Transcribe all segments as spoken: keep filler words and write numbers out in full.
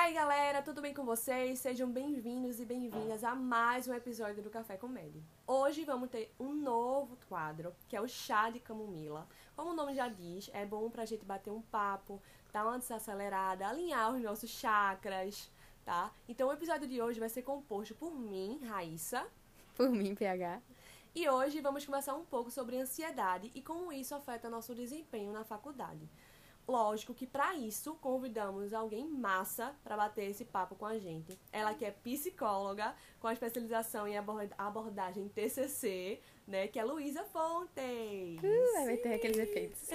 aí, galera, tudo bem com vocês? Sejam bem-vindos e bem-vindas a mais um episódio do Café com Meli. Hoje vamos ter um novo quadro, que é o Chá de Camomila. Como o nome já diz, é bom pra gente bater um papo, dar uma desacelerada, alinhar os nossos chakras, tá? Então o episódio de hoje vai ser composto por mim, Raíssa. Por mim, P H. E hoje vamos conversar um pouco sobre ansiedade e como isso afeta nosso desempenho na faculdade. Lógico que para isso convidamos alguém massa para bater esse papo com a gente. Ela que é psicóloga com a especialização em abordagem T C C, né, que é Luísa Fontes. Uh, vai ter aqueles efeitos.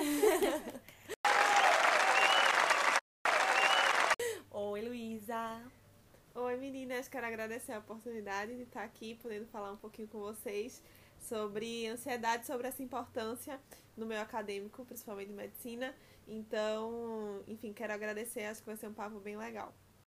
Oi, Luísa. Oi, meninas. Quero agradecer a oportunidade de estar aqui, podendo falar um pouquinho com vocês sobre ansiedade, sobre essa importância no meio acadêmico, principalmente de medicina. Então, enfim, quero agradecer, acho que vai ser um papo bem legal.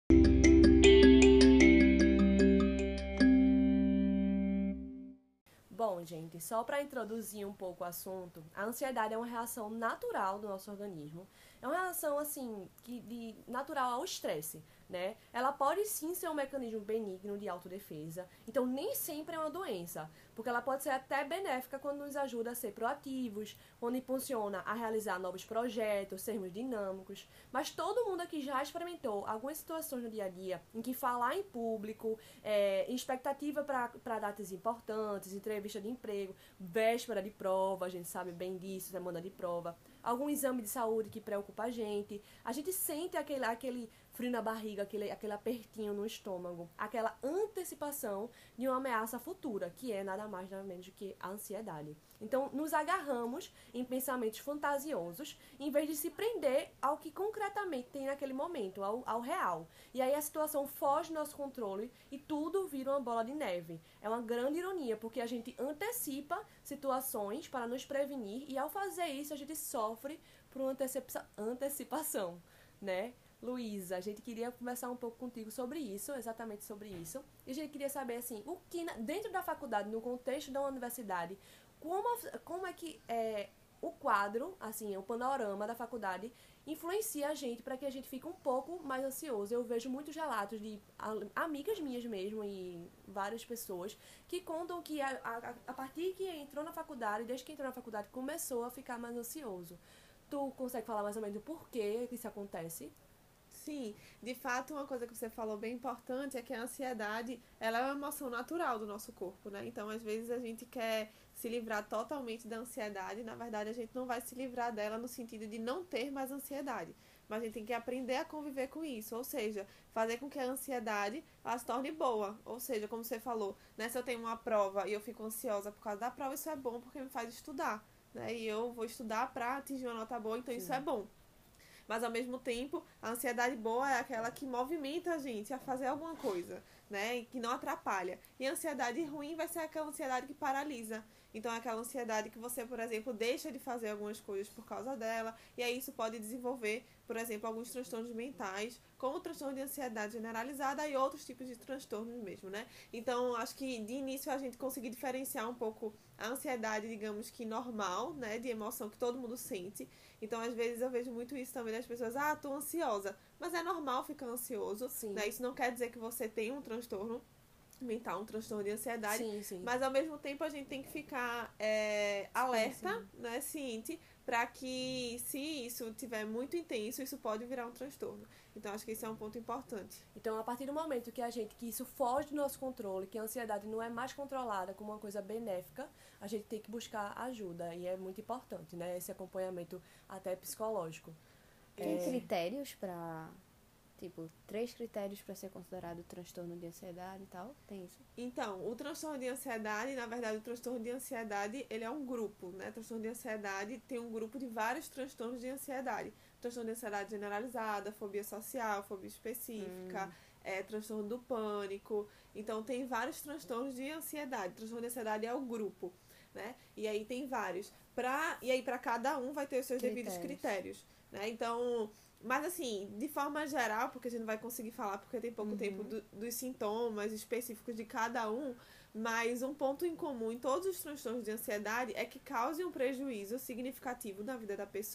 Bom, gente, só para introduzir um pouco o assunto, a ansiedade é uma reação natural do nosso organismo. É uma reação, assim, que, de, natural ao estresse, né? Ela pode sim ser um mecanismo benigno de autodefesa, então nem sempre é uma doença, porque ela pode ser até benéfica quando nos ajuda a ser proativos, quando impulsiona a realizar novos projetos, sermos dinâmicos. Mas todo mundo aqui já experimentou algumas situações no dia a dia em que falar em público, é, em expectativa para datas importantes, entrevista de emprego, véspera de prova, a gente sabe bem disso, semana de prova, algum exame de saúde que preocupa a gente, a gente sente aquele, aquele frio na barriga, aquele, aquele apertinho no estômago, aquela antecipação de uma ameaça futura, que é nada mais nada menos do que a ansiedade. Então, nos agarramos em pensamentos fantasiosos, em vez de se prender ao que concretamente tem naquele momento, ao, ao real. E aí a situação foge do nosso controle e tudo vira uma bola de neve. É uma grande ironia, porque a gente antecipa situações para nos prevenir e ao fazer isso a gente sofre por uma antecipa- antecipação, né? Luísa, a gente queria conversar um pouco contigo sobre isso, exatamente sobre isso. E a gente queria saber, assim, o que dentro da faculdade, no contexto da universidade, como, como é que é, o quadro, assim, o panorama da faculdade influencia a gente para que a gente fique um pouco mais ansioso. Eu vejo muitos relatos de amigas minhas mesmo e várias pessoas que contam que a, a, a partir que entrou na faculdade, desde que entrou na faculdade, começou a ficar mais ansioso. Tu consegue falar mais ou menos do porquê que isso acontece? Sim, de fato, uma coisa que você falou bem importante é que a ansiedade, ela é uma emoção natural do nosso corpo, né? Então, às vezes, a gente quer se livrar totalmente da ansiedade, na verdade, a gente não vai se livrar dela no sentido de não ter mais ansiedade, mas a gente tem que aprender a conviver com isso, ou seja, fazer com que a ansiedade ela se torne boa, ou seja, como você falou, né? Se eu tenho uma prova e eu fico ansiosa por causa da prova, isso é bom porque me faz estudar, né? E eu vou estudar para atingir uma nota boa, então Sim. isso é bom. Mas, ao mesmo tempo, a ansiedade boa é aquela que movimenta a gente a fazer alguma coisa, né? E que não atrapalha. E a ansiedade ruim vai ser aquela ansiedade que paralisa. Então, é aquela ansiedade que você, por exemplo, deixa de fazer algumas coisas por causa dela. E aí isso pode desenvolver, por exemplo, alguns transtornos mentais, como o transtorno de ansiedade generalizada e outros tipos de transtornos mesmo, né? Então, acho que de início a gente conseguir diferenciar um pouco a ansiedade, digamos que normal, né? De emoção que todo mundo sente. Então, às vezes eu vejo muito isso também das pessoas, ah, tô ansiosa. Mas é normal ficar ansioso, Sim. né? Isso não quer dizer que você tem um transtorno mental, um transtorno de ansiedade, sim, sim. mas ao mesmo tempo a gente tem que ficar é, alerta, sim, sim. né, ciente, para que se isso tiver muito intenso, isso pode virar um transtorno. Então acho que isso é um ponto importante. Então, a partir do momento que a gente, que isso foge do nosso controle, que a ansiedade não é mais controlada como uma coisa benéfica, a gente tem que buscar ajuda, e é muito importante, né, esse acompanhamento até psicológico. Tem é... critérios para... Tipo, três critérios para ser considerado transtorno de ansiedade e tal? Tem isso? Então, o transtorno de ansiedade, na verdade, o transtorno de ansiedade, ele é um grupo, né? O transtorno de ansiedade tem um grupo de vários transtornos de ansiedade. Transtorno de ansiedade generalizada, fobia social, fobia específica, hum. é, transtorno do pânico. Então, tem vários transtornos de ansiedade. O transtorno de ansiedade é o grupo, né? E aí tem vários. Pra, e aí, para cada um, vai ter os seus critérios. devidos critérios, né? Então... Mas, assim, de forma geral, porque a gente não vai conseguir falar porque tem pouco uhum. tempo do, dos sintomas específicos de cada um, mas um ponto em comum em todos os transtornos de ansiedade é que cause um prejuízo significativo na vida da pessoa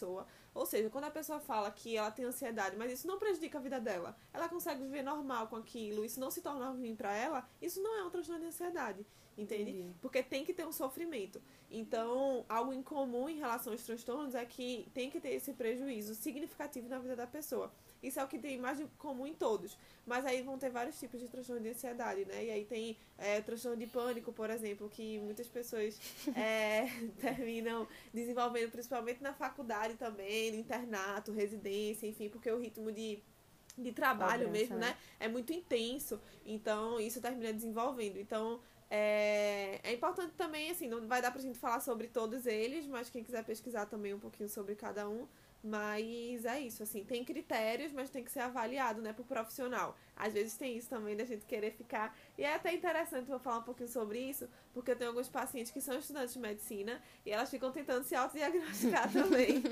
Ou seja, quando a pessoa fala que ela tem ansiedade, mas isso não prejudica a vida dela, ela consegue viver normal com aquilo, isso não se torna ruim pra ela, isso não é um transtorno de ansiedade, entende? Entendi. Porque tem que ter um sofrimento. Então, algo em comum em relação aos transtornos é que tem que ter esse prejuízo significativo na vida da pessoa. Isso é o que tem mais de comum em todos. Mas aí vão ter vários tipos de transtorno de ansiedade, né? E aí tem é, transtorno de pânico, por exemplo, que muitas pessoas é, terminam desenvolvendo, principalmente na faculdade também, no internato, residência, enfim, porque o ritmo de, de trabalho Cobrança, mesmo, né? né? É muito intenso. Então, isso termina desenvolvendo. Então, é, é importante também, assim, não vai dar pra gente falar sobre todos eles, mas quem quiser pesquisar também um pouquinho sobre cada um. Mas é isso, assim, tem critérios, mas tem que ser avaliado, né, por profissional. Às vezes tem isso também da gente querer ficar... E é até interessante, vou falar um pouquinho sobre isso, porque eu tenho alguns pacientes que são estudantes de medicina e elas ficam tentando se autodiagnosticar também.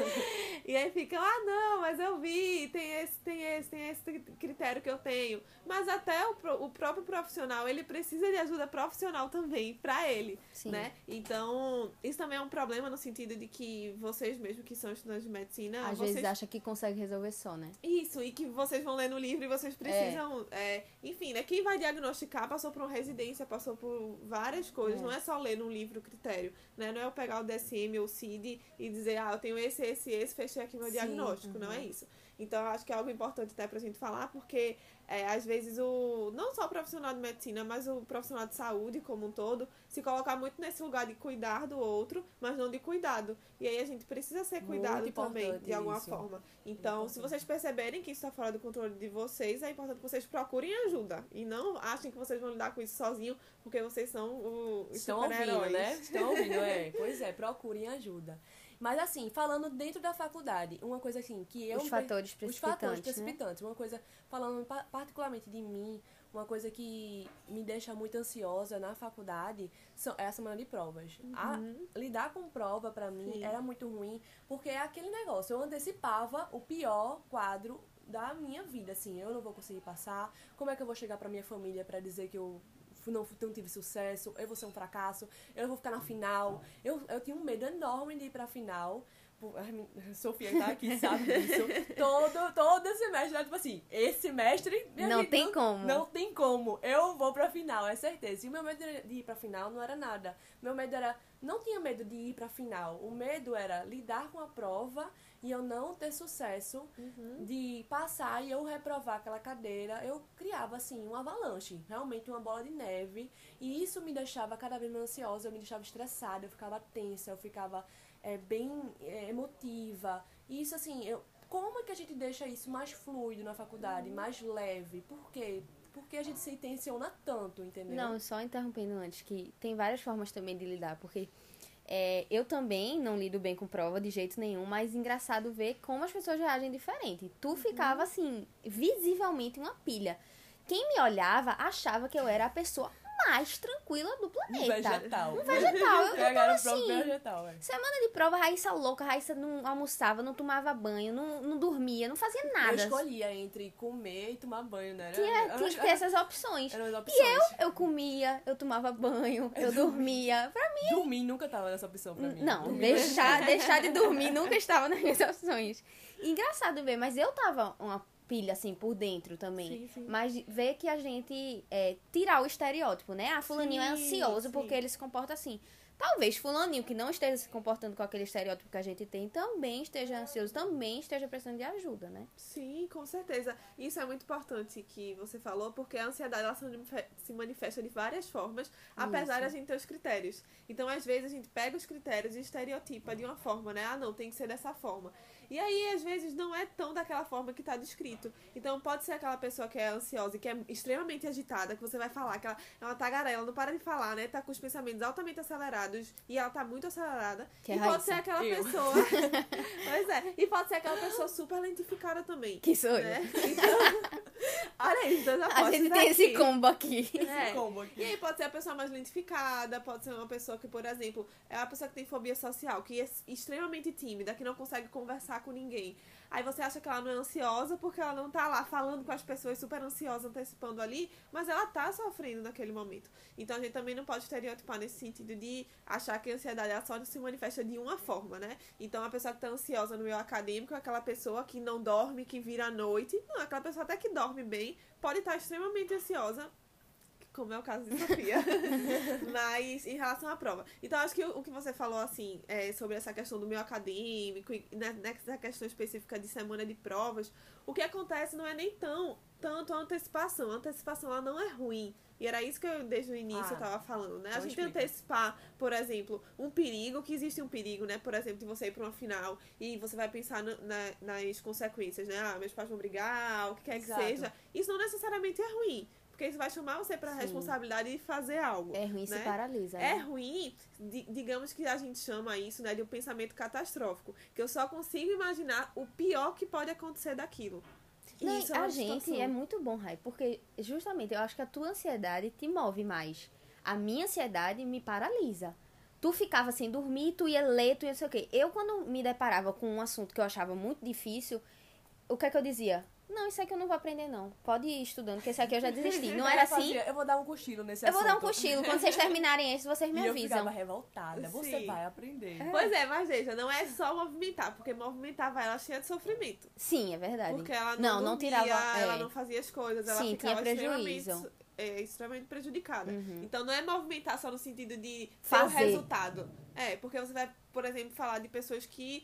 E aí ficam, ah, não, mas eu vi, tem esse, tem esse, tem esse critério que eu tenho. Mas até o, pro- o próprio profissional, ele precisa de ajuda profissional também pra ele, Sim. né? Então, isso também é um problema no sentido de que vocês mesmo que são estudantes de medicina, Às vocês... vezes acha que consegue resolver só, né? Isso, e que vocês vão ler no livro e vocês precisam... é, enfim, né? Quem vai diagnosticar passou por uma residência, passou por várias coisas. É. Não é só ler num livro o critério, né? Não é eu pegar o D S M ou o C I D e dizer, ah, eu tenho esse, esse, esse, fechei aqui meu Sim, diagnóstico. Não é uhum. isso. Então, eu acho que é algo importante até pra gente falar, porque é, às vezes o não só o profissional de medicina, mas o profissional de saúde como um todo, se colocar muito nesse lugar de cuidar do outro, mas não de cuidado. E aí a gente precisa ser cuidado Muito também, importante de alguma isso. forma. Então, Muito se importante. vocês perceberem que isso está fora do controle de vocês, é importante que vocês procurem ajuda. E não achem que vocês vão lidar com isso sozinho, porque vocês são o- os Estão ouvindo, super-heróis. né? Estão ouvindo, é. Pois é, procurem ajuda. Mas assim, falando dentro da faculdade, uma coisa assim, que eu... Os fatores Os precipitantes, fatores né? precipitantes. Uma coisa, falando pa- particularmente de mim, uma coisa que me deixa muito ansiosa na faculdade são, é a semana de provas. A- lidar com prova, pra mim, Sim. era muito ruim, porque é aquele negócio, eu antecipava o pior quadro da minha vida, assim, eu não vou conseguir passar, como é que eu vou chegar pra minha família pra dizer que eu fu- não, fu- não tive sucesso, eu vou ser um fracasso, eu vou ficar na final. Eu, eu tinha um medo enorme de ir pra final. Pô, a mi- Sofia tá aqui, sabe disso. Todo, todo semestre, né? Tipo assim, esse semestre... minha Não vida tem como. Não tem como. Eu vou pra final, é certeza. E o meu medo de ir pra final não era nada. Meu medo era... Não tinha medo de ir pra final. O medo era lidar com a prova e eu não ter sucesso, de passar e eu reprovar aquela cadeira. Eu criava, assim, um avalanche. Realmente uma bola de neve. E isso me deixava cada vez mais ansiosa, eu me deixava estressada, eu ficava tensa, eu ficava é, bem é, emotiva. E isso, assim, eu, como é que a gente deixa isso mais fluido na faculdade, mais leve? Por quê? Porque a gente se tensiona tanto, entendeu? Não, só interrompendo antes, que tem várias formas também de lidar, porque é, eu também não lido bem com prova de jeito nenhum, mas engraçado ver como as pessoas reagem diferente. Tu ficava, assim, visivelmente uma pilha. Quem me olhava achava que eu era a pessoa mais tranquila do Um planeta. vegetal. Um vegetal. Eu, eu Pegaram tava o próprio assim, vegetal, é. semana de prova, Raíssa louca, Raíssa não almoçava, não tomava banho, não, não dormia, não fazia Eu nada. escolhia entre comer e tomar banho, né? Era- Tinha, era- tinha que ter essas opções. Eram as E opções. eu, eu comia, eu tomava banho, eu dormia. Pra mim, Dormir nunca tava nessa opção pra mim. não, Dormir- deixar, deixar de dormir nunca estava nas minhas opções. E engraçado ver, mas eu tava uma pilha assim por dentro também. Sim, sim. Mas ver que a gente é, tirar o estereótipo, né? Ah, fulaninho é Sim, ansioso sim. porque ele se comporta assim. Talvez fulaninho que não esteja se comportando com aquele estereótipo que a gente tem também esteja ansioso, também esteja precisando de ajuda, né? Sim, com certeza. Isso é muito importante que você falou, porque a ansiedade ela se manife- se manifesta de várias formas, apesar de a gente ter os critérios. Então, às vezes, a gente pega os critérios e estereotipa de uma forma, né? Ah, não, tem que ser dessa forma. E aí, às vezes, não é tão daquela forma que tá descrito. Então, pode ser aquela pessoa que é ansiosa e que é extremamente agitada, que você vai falar, que ela é uma tagarela, não para de falar, né? Tá com os pensamentos altamente acelerados e ela tá muito acelerada. Que é e pode Raíssa. ser aquela Eu. pessoa... pois é. E pode ser aquela pessoa super lentificada também. Que sou eu. Né? Então, Olha aí, dois A apostas gente tem aqui. esse combo aqui. É. Combo aqui. E aí pode ser a pessoa mais lentificada, pode ser uma pessoa que, por exemplo, é uma pessoa que tem fobia social, que é extremamente tímida, que não consegue conversar com ninguém. Aí você acha que ela não é ansiosa porque ela não tá lá falando com as pessoas super ansiosas, antecipando ali, mas ela tá sofrendo naquele momento. Então a gente também não pode estereotipar nesse sentido de achar que a ansiedade ela só se manifesta de uma forma, né? Então a pessoa que tá ansiosa no meio acadêmico é aquela pessoa que não dorme, que vira à noite. Não, aquela pessoa até que dorme bem, pode estar extremamente ansiosa, como é o caso de Sofia, mas em relação à prova. Então, acho que o, o que você falou, assim, é, sobre essa questão do meio acadêmico, e né, nessa questão específica de semana de provas, o que acontece não é nem tão, tanto a antecipação. A antecipação, ela não é ruim. E era isso que eu, desde o início, Ah, eu tava falando, né? A então gente explica. antecipar, por exemplo, um perigo, que existe um perigo, né? Por exemplo, de você ir pra uma final e você vai pensar no, na, nas consequências, né? Ah, meus pais vão brigar, o que quer Exato. que seja. Isso não necessariamente é ruim. Porque isso vai chamar você pra Sim. responsabilidade de fazer algo. É ruim, se né? paralisa. É né? ruim, di- digamos que a gente chama isso, né, de um pensamento catastrófico. Que eu só consigo imaginar o pior que pode acontecer daquilo. E Não, isso é a uma gente situação. é muito bom, Rai, porque justamente eu acho que a tua ansiedade te move mais. A minha ansiedade me paralisa. Tu ficava sem dormir, tu ia ler, tu ia não sei o quê. Eu, quando me deparava com um assunto que eu achava muito difícil, o que é que eu dizia? Não, isso aqui eu não vou aprender, não. Pode ir estudando, porque esse aqui eu já desisti. Não era Eu assim? fazia, eu vou dar um cochilo nesse Eu vou dar um assunto. cochilo. Quando vocês terminarem esse, vocês me E eu avisam. ficava revoltada. Você Sim. vai aprender. Pois é, mas veja, não é só movimentar, porque movimentava ela cheia de sofrimento. Sim, é verdade. Porque ela não, Não, não dormia, tirava- é. ela não fazia as coisas, ela Sim, ficava tinha prejuízo. extremamente, é, extremamente prejudicada. Uhum. Então não é movimentar só no sentido de ter o Fazer. resultado. É, porque você vai, por exemplo, falar de pessoas que,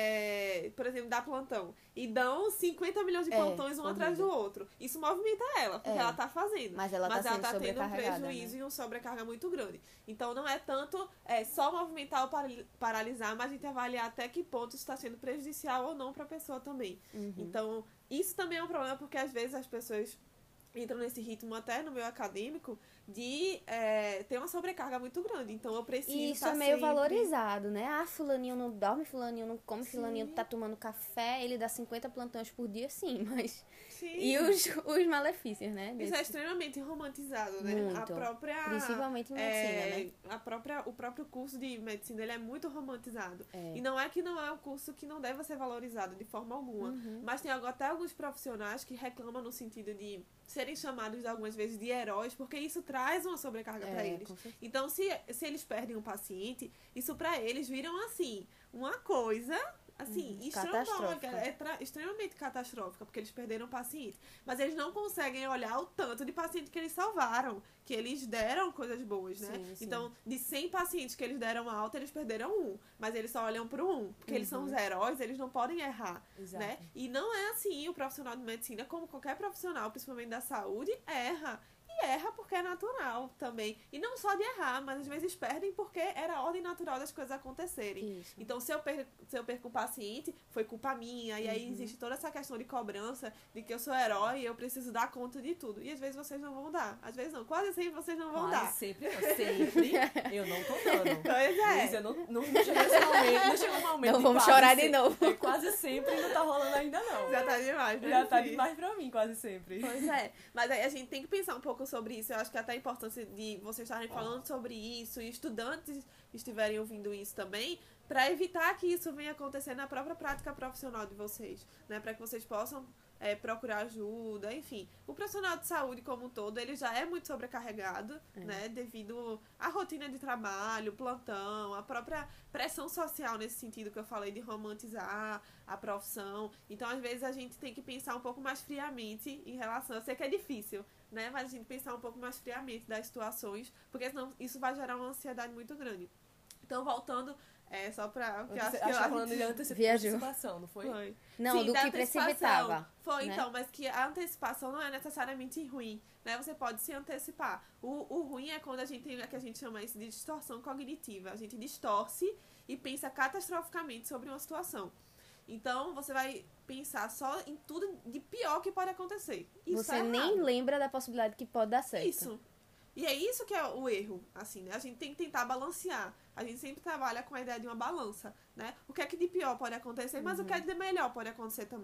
é, por exemplo, dá plantão e dão cinquenta milhões de É, plantões um atrás do horrível. outro. Isso movimenta ela, porque É. ela tá fazendo. Mas ela tá Mas ela sendo tá tendo um sobrecarregada, prejuízo né? e uma sobrecarga muito grande. Então não é tanto é, só movimentar ou parali- paralisar, mas a gente avaliar até que ponto isso está sendo prejudicial ou não para a pessoa também. Uhum. Então, isso também é um problema, porque às vezes as pessoas entram nesse ritmo até no meio acadêmico de é, ter uma sobrecarga muito grande. Então eu preciso E isso tá é meio sempre... valorizado, né? Ah, fulaninho não dorme, fulaninho não come, Sim. fulaninho tá tomando café, ele dá cinquenta plantões por dia, sim, mas... Sim. E os, os malefícios, né? Isso é desse- extremamente romantizado, né? Muito. A própria... Principalmente em medicina, é, né? a própria, o próprio curso de medicina, ele é muito romantizado. É. E não é que não é um curso que não deve ser valorizado de forma alguma. Uhum. Mas tem algo- até alguns profissionais que reclamam no sentido de serem chamados algumas vezes de heróis, porque isso traz uma sobrecarga para É, eles. com certeza. Então, se, se eles perdem um paciente, isso para eles viram assim, uma coisa assim, Uhum, estrondosa, catastrófica. é tra- extremamente catastrófica, porque eles perderam um paciente. Mas eles não conseguem olhar o tanto de paciente que eles salvaram, que eles deram coisas boas, né? Sim, sim. Então, de cem pacientes que eles deram alta, eles perderam um. Mas eles só olham pro um, porque eles são os heróis, eles não podem errar, Exato. né? E não é assim, o profissional de medicina, como qualquer profissional, principalmente da saúde, erra. E erra porque é natural também. E não só de errar, mas às vezes perdem porque era a ordem natural das coisas acontecerem. Isso. Então, se eu, perco, se eu perco um paciente, foi culpa minha. E aí Uhum. existe toda essa questão de cobrança, de que eu sou herói e eu preciso dar conta de tudo. E às vezes vocês não vão dar. Às vezes não. Quase sempre vocês não vão Quase dar. sempre, não. Sempre eu não tô dando. Pois é. Isso, eu não, não, não chegou esse momento, não chegou o momento Não de vamos quase chorar de sempre. novo. É, quase sempre não tá rolando ainda, não. Já tá demais, né? Já tá Sim. demais pra mim, quase sempre. Pois é, mas aí a gente tem que pensar um pouco sobre isso. Eu acho que até a importância de vocês estarem falando sobre isso e estudantes estiverem ouvindo isso também, para evitar que isso venha acontecer na própria prática profissional de vocês, né? Para que vocês possam é, procurar ajuda, enfim. O profissional de saúde como um todo, ele já é muito sobrecarregado, né? Devido à rotina de trabalho, plantão, a própria pressão social nesse sentido que eu falei de romantizar a profissão. Então, às vezes, a gente tem que pensar um pouco mais friamente em relação... Eu sei que é difícil, né? Mas a gente pensar um pouco mais friamente das situações, porque senão isso vai gerar uma ansiedade muito grande. Então, voltando, é, só pra... porque eu acho Você que acha eu- falando de antecipa- Viajou. antecipação, não foi? Foi. Não, Sim, do da que antecipação. precipitava. Foi, né? então, mas que a antecipação não é necessariamente ruim, né? Você pode se antecipar. O, o ruim é quando a gente tem, é que a gente chama isso de distorção cognitiva. A gente distorce e pensa catastroficamente sobre uma situação. Então, você vai pensar só em tudo de pior que pode acontecer. Isso Você é nem errado. lembra da possibilidade que pode dar certo. Isso. E é isso que é o erro, assim, né? A gente tem que tentar balancear. A gente sempre trabalha com a ideia de uma balança, né? O que é que de pior pode acontecer, mas o que é de melhor pode acontecer também,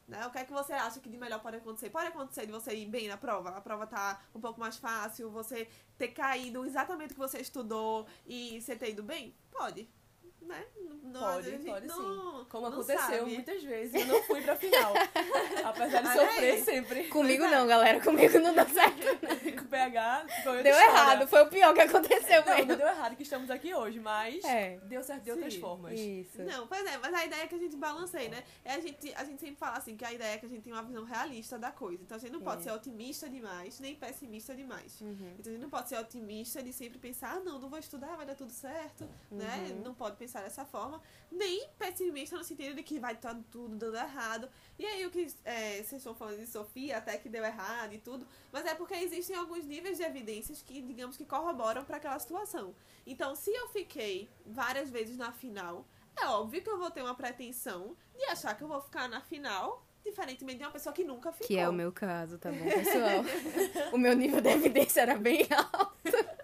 Né? O que é que você acha que de melhor pode acontecer? Pode acontecer de você ir bem na prova, a prova tá um pouco mais fácil, você ter caído exatamente o que você estudou e você ter ido bem? Pode. Né? Não, Pode, gente pode não, sim. Como não aconteceu sabe. muitas vezes, eu não fui pra final. Apesar de Olha sofrer aí. sempre. Comigo Pois é. não, galera. Comigo não deu certo. Com o P H, foi outra Deu história. errado. Foi o pior que aconteceu Não, mesmo. não deu errado que estamos aqui hoje, mas É. deu certo de outras Sim. formas. Isso. Não, pois é, mas a ideia é que a gente balanceie, né? É a gente, a gente sempre fala assim, que a ideia é que a gente tem uma visão realista da coisa. Então a gente não pode É. ser otimista demais, nem pessimista demais. Uhum. Então a gente não pode ser otimista de sempre pensar, ah, não, não vou estudar, vai dar tudo certo, né? Uhum. Não pode pensar dessa forma. Nem pessimista no sentido de que vai estar tudo dando errado. E aí o que é, vocês estão falando de Sofia, até que deu errado e tudo, mas é porque existem alguns níveis de evidências que, digamos, que corroboram para aquela situação. Então, se eu fiquei várias vezes na final, é óbvio que eu vou ter uma pretensão de achar que eu vou ficar na final, diferentemente de uma pessoa que nunca ficou. Que é o meu caso, tá bom, pessoal? O meu nível de evidência era bem alto.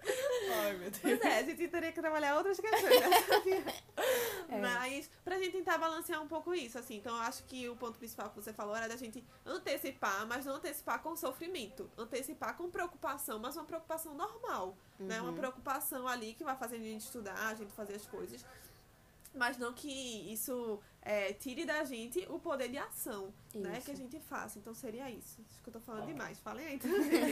Ai, meu Deus. Pois é, a gente teria que trabalhar outras questões, né, Sofia? É. Mas pra gente tentar balancear um pouco isso, assim. Então eu acho que o ponto principal que você falou era da gente antecipar, mas não antecipar com sofrimento. Antecipar com preocupação, mas uma preocupação normal, né? Uma preocupação ali que vai fazer a gente estudar, a gente fazer as coisas. Mas não que isso é, tire da gente o poder de ação, né? Isso. Que a gente faça. Então seria isso. Acho que eu tô falando demais. Falei aí.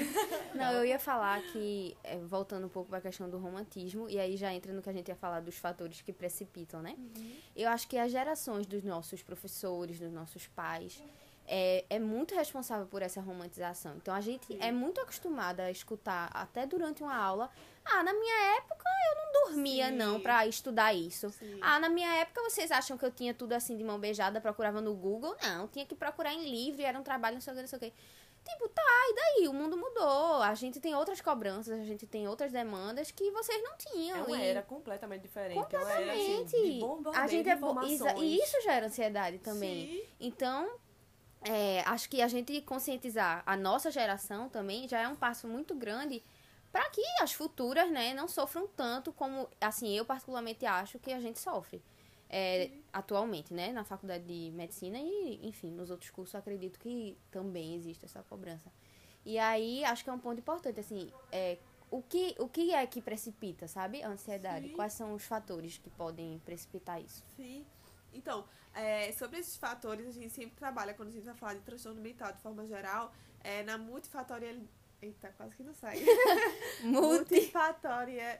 Não, eu ia falar que, é, voltando um pouco para a questão do romantismo, e aí já entra no que a gente ia falar dos fatores que precipitam, né? Eu acho que as gerações dos nossos professores, dos nossos pais, é, é muito responsável por essa romantização. Então, a gente é muito acostumada a escutar, até durante uma aula, ah, na minha época eu não dormia, Sim. não, para estudar isso. Sim. Ah, na minha época vocês acham que eu tinha tudo assim de mão beijada, procurava no Google? Não, tinha que procurar em livro, era um trabalho, não sei o que, não sei o que. Tipo, tá, e daí? O mundo mudou. A gente tem outras cobranças, a gente tem outras demandas que vocês não tinham. É uma e era completamente diferente. É uma era, assim, completamente. de bombardeio A gente de é bo- informações. exa- E isso gera ansiedade também. Sim. Então, é, acho que a gente conscientizar a nossa geração também já é um passo muito grande para que as futuras, né, não sofram tanto como, assim, eu particularmente acho que a gente sofre. É, atualmente, né, na faculdade de medicina e, enfim, nos outros cursos eu acredito que também existe essa cobrança. E aí, acho que é um ponto importante, assim, é, o, que, o que é que precipita, sabe, a ansiedade? Sim. Quais são os fatores que podem precipitar isso? Sim. Então, é, sobre esses fatores, a gente sempre trabalha, quando a gente vai falar de transtorno mental de forma geral, é, na multifatorial... Eita, quase que não sai. Multi... Multifatorial...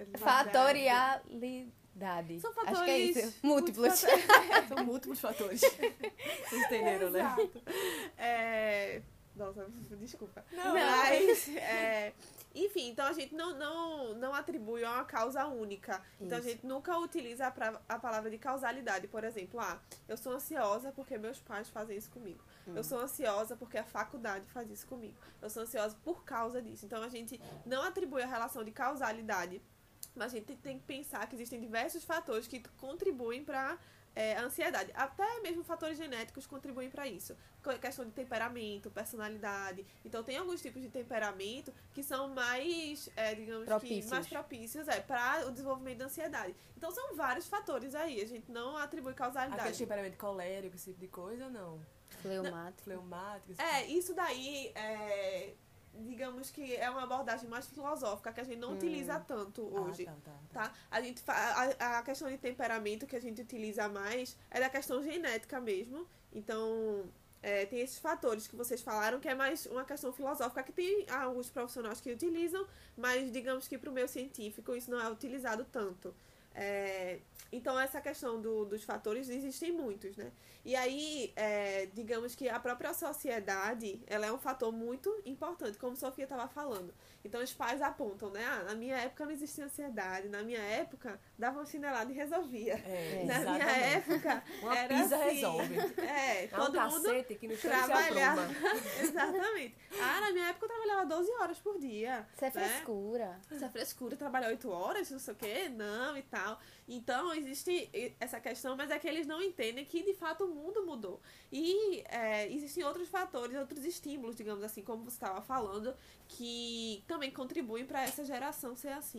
Fatorialidade. São Acho que é fatores isso. Múltiplos. São múltiplos fatores. Vocês entenderam, né? Exato. É... Nossa, desculpa. Não, Mas, é... enfim, então a gente não, não, não atribui a uma causa única. Então Isso. a gente nunca utiliza a, pra... a palavra de causalidade. Por exemplo, ah, eu sou ansiosa porque meus pais fazem isso comigo. Hum. Eu sou ansiosa porque a faculdade faz isso comigo. Eu sou ansiosa por causa disso. Então a gente não atribui a relação de causalidade, mas a gente tem que pensar que existem diversos fatores que contribuem para é, a ansiedade. Até mesmo fatores genéticos contribuem para isso. Co- Questão de temperamento, personalidade. Então tem alguns tipos de temperamento que são mais, é, digamos Propícios. que, mais propícios é, para o desenvolvimento da ansiedade. Então são vários fatores aí. A gente não atribui Aquele causalidade. temperamento colérico, esse tipo de coisa, não. Fleumático. Fleumático. esse É, isso daí é, digamos que é uma abordagem mais filosófica que a gente não utiliza tanto tipo- hoje. Ah, tá, tá, tá. Tá? A, gente fa- a, a questão de temperamento que a gente utiliza mais é da questão genética mesmo. Então, é, tem esses fatores que vocês falaram que é mais uma questão filosófica que tem alguns profissionais que utilizam, mas digamos que para o meio científico isso não é utilizado tanto. É, então, essa questão do, dos fatores, existem muitos, né? E aí, é, digamos que a própria sociedade, ela é um fator muito importante, como a Sofia estava falando. Então, os pais apontam, né? Ah, na minha época não existia ansiedade, na minha época dava uma chinelada e resolvia. É, Na minha exatamente. época, Uma era pizza assim. resolve. É, Dá um todo mundo cacete que no chão se trabalhava. apruma. Exatamente. Ah, na minha época eu trabalhava doze horas por dia. Isso é né? frescura. Essa frescura, trabalhar oito horas, não sei o quê, não e tal. Então, existe essa questão, mas é que eles não entendem que, de fato, o mundo mudou. E é, existem outros fatores, outros estímulos, digamos assim, como você estava falando, que também contribuem para essa geração ser assim.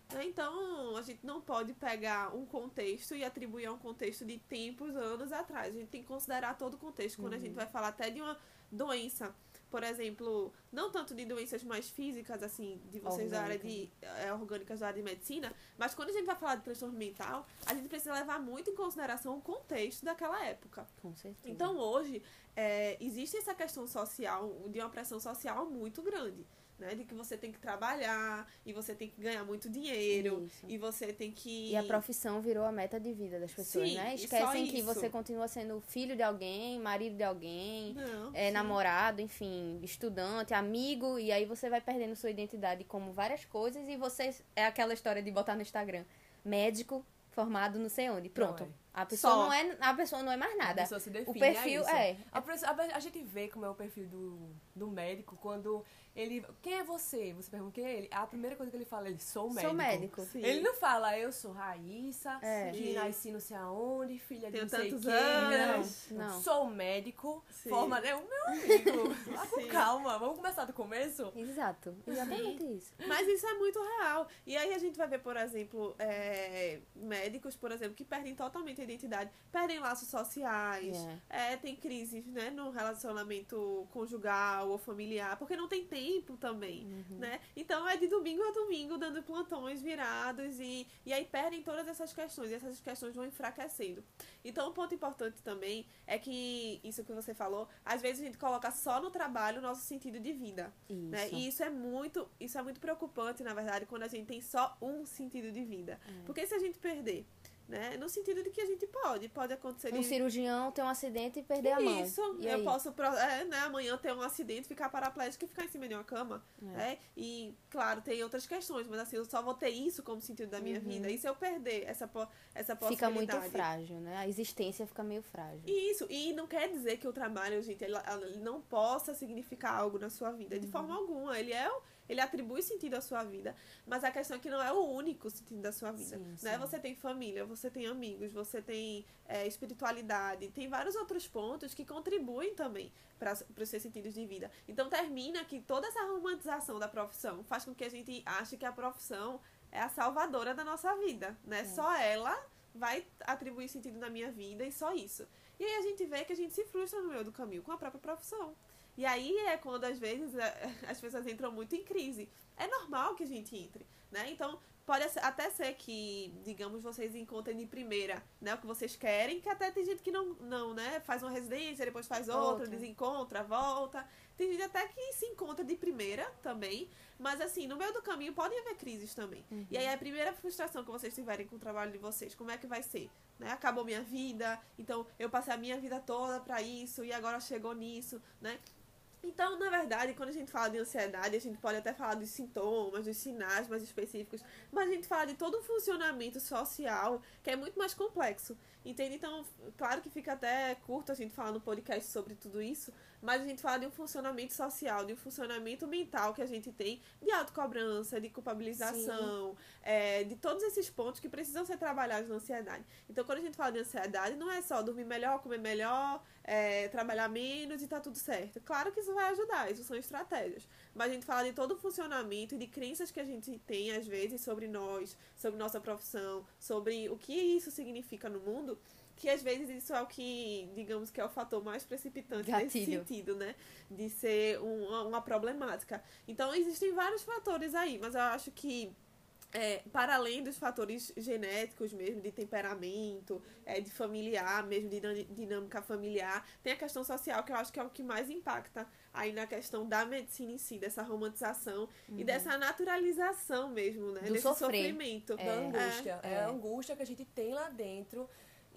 Né? Então, a gente não pode pegar um contexto e atribuir a um contexto de tempos, anos atrás. A gente tem que considerar todo o contexto. Quando uhum. a gente vai falar até de uma doença, por exemplo, não tanto de doenças mais físicas, assim, de vocês da área de é, orgânicas da área de medicina, mas quando a gente vai falar de transtorno mental, a gente precisa levar muito em consideração o contexto daquela época. Com certeza. Então, hoje, é, existe essa questão social, de uma pressão social muito grande. Né, de que você tem que trabalhar, e você tem que ganhar muito dinheiro, isso. E você tem que... E a profissão virou a meta de vida das pessoas, Sim, né? Esquecem que você continua sendo filho de alguém, marido de alguém, Não, é, namorado, enfim, estudante, amigo, e aí você vai perdendo sua identidade como várias coisas, e você é aquela história de botar no Instagram, médico, formado não sei onde, pronto. Não é. A pessoa Só. não é, a pessoa não é mais nada. A pessoa se define, o perfil é, é, a, a, a gente vê como é o perfil do, do médico quando ele... Quem é você? Você pergunta quem é ele. A primeira coisa que ele fala, ele sou médico. Sou médico. Sim. Ele não fala, eu sou Raíssa, É. que nasci não sei aonde, filha de Tenho não sei tantos quem. anos. Não, Não. sou médico, Sim. forma... É o meu amigo. Vá com Sim. calma, vamos começar do começo? Exato, exatamente isso. Mas isso é muito real. E aí a gente vai ver, por exemplo, é, médicos, por exemplo, que perdem totalmente a identidade, perdem laços sociais, É. é, tem crises, né, no relacionamento conjugal ou familiar, porque não tem tempo também, Uhum. né? Então é de domingo a domingo dando plantões virados e, e aí perdem todas essas questões, e essas questões vão enfraquecendo. Então um ponto importante também é que, isso que você falou, às vezes a gente coloca só no trabalho o nosso sentido de vida. Isso. Né? E isso é muito, isso é muito preocupante, na verdade, quando a gente tem só um sentido de vida. É. Porque se a gente perder, né? No sentido de que a gente pode, pode acontecer Um de... cirurgião ter um acidente e perder a mão. Isso, E eu aí? posso é, né, amanhã ter um acidente, ficar paraplégico e ficar em cima de uma cama. É. Né? E, claro, tem outras questões, mas assim, eu só vou ter isso como sentido da minha Uhum. vida. E se eu perder essa, po- essa Fica possibilidade? muito frágil, né? A existência fica meio frágil. Isso, e não quer dizer que o trabalho, gente, ele, ele não possa significar algo na sua vida, de Uhum. forma alguma. Ele é o- ele atribui sentido à sua vida, mas a questão é que não é o único sentido da sua vida. Sim, Né? sim. Você tem família, você tem amigos, você tem é, espiritualidade, tem vários outros pontos que contribuem também para os seus sentidos de vida. Então termina que toda essa romantização da profissão faz com que a gente ache que a profissão é a salvadora da nossa vida, né? É. Só ela vai atribuir sentido na minha vida e só isso. E aí a gente vê que a gente se frustra no meio do caminho com a própria profissão. E aí é quando, às vezes, as pessoas entram muito em crise. É normal que a gente entre, né? Então, pode até ser que, digamos, vocês encontrem de primeira, né, o que vocês querem, que até tem gente que não, não né, faz uma residência, depois faz outra, Outra. desencontra, volta. Tem gente até que se encontra de primeira também, mas assim, no meio do caminho podem haver crises também. Uhum. E aí a primeira frustração que vocês tiverem com o trabalho de vocês, como é que vai ser? Né? Acabou minha vida, então eu passei a minha vida toda pra isso e agora chegou nisso, né? Então, na verdade, quando a gente fala de ansiedade, a gente pode até falar dos sintomas, dos sinais mais específicos, mas a gente fala de todo um funcionamento social que é muito mais complexo, entende? Então, claro que fica até curto a gente falar no podcast sobre tudo isso, mas a gente fala de um funcionamento social, de um funcionamento mental que a gente tem de autocobrança, de culpabilização, é, de todos esses pontos que precisam ser trabalhados na ansiedade. Então, quando a gente fala de ansiedade, não é só dormir melhor, comer melhor, é, trabalhar menos e tá tudo certo. Claro que isso vai ajudar, isso são estratégias. Mas a gente fala de todo o funcionamento e de crenças que a gente tem, às vezes, sobre nós, sobre nossa profissão, sobre o que isso significa no mundo, que às vezes isso é o que, digamos que é o fator mais precipitante nesse Gatilho. sentido, né? De ser um- uma, uma problemática. Então, existem vários fatores aí, mas eu acho que é, para além dos fatores genéticos mesmo, de temperamento, é, de familiar mesmo, de dinâ- dinâmica familiar, tem a questão social, que eu acho que é o que mais impacta aí na questão da medicina em si, dessa romantização e dessa naturalização mesmo, né? Do Desse sofrer. sofrimento. Da angústia. É. é. a angústia que a gente tem lá dentro.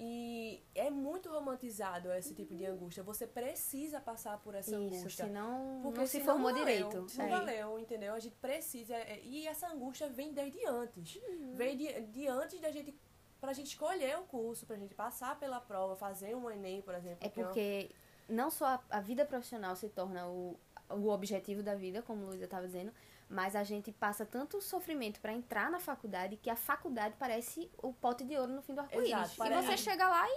E é muito romantizado esse tipo de angústia. Você precisa passar por essa Isso, angústia. senão Porque não se senão formou não valeu, direito. Não É. valeu, entendeu? A gente precisa. é, E essa angústia vem desde antes. Vem de, de antes da gente. Pra gente escolher o curso, pra gente passar pela prova, fazer um Enem, por exemplo. É que uma- porque não só a, a vida profissional se torna o, o objetivo da vida, como a Luísa estava dizendo, mas a gente passa tanto sofrimento para entrar na faculdade que a faculdade parece o pote de ouro no fim do arco-íris. Exato, E parece- você chega lá e não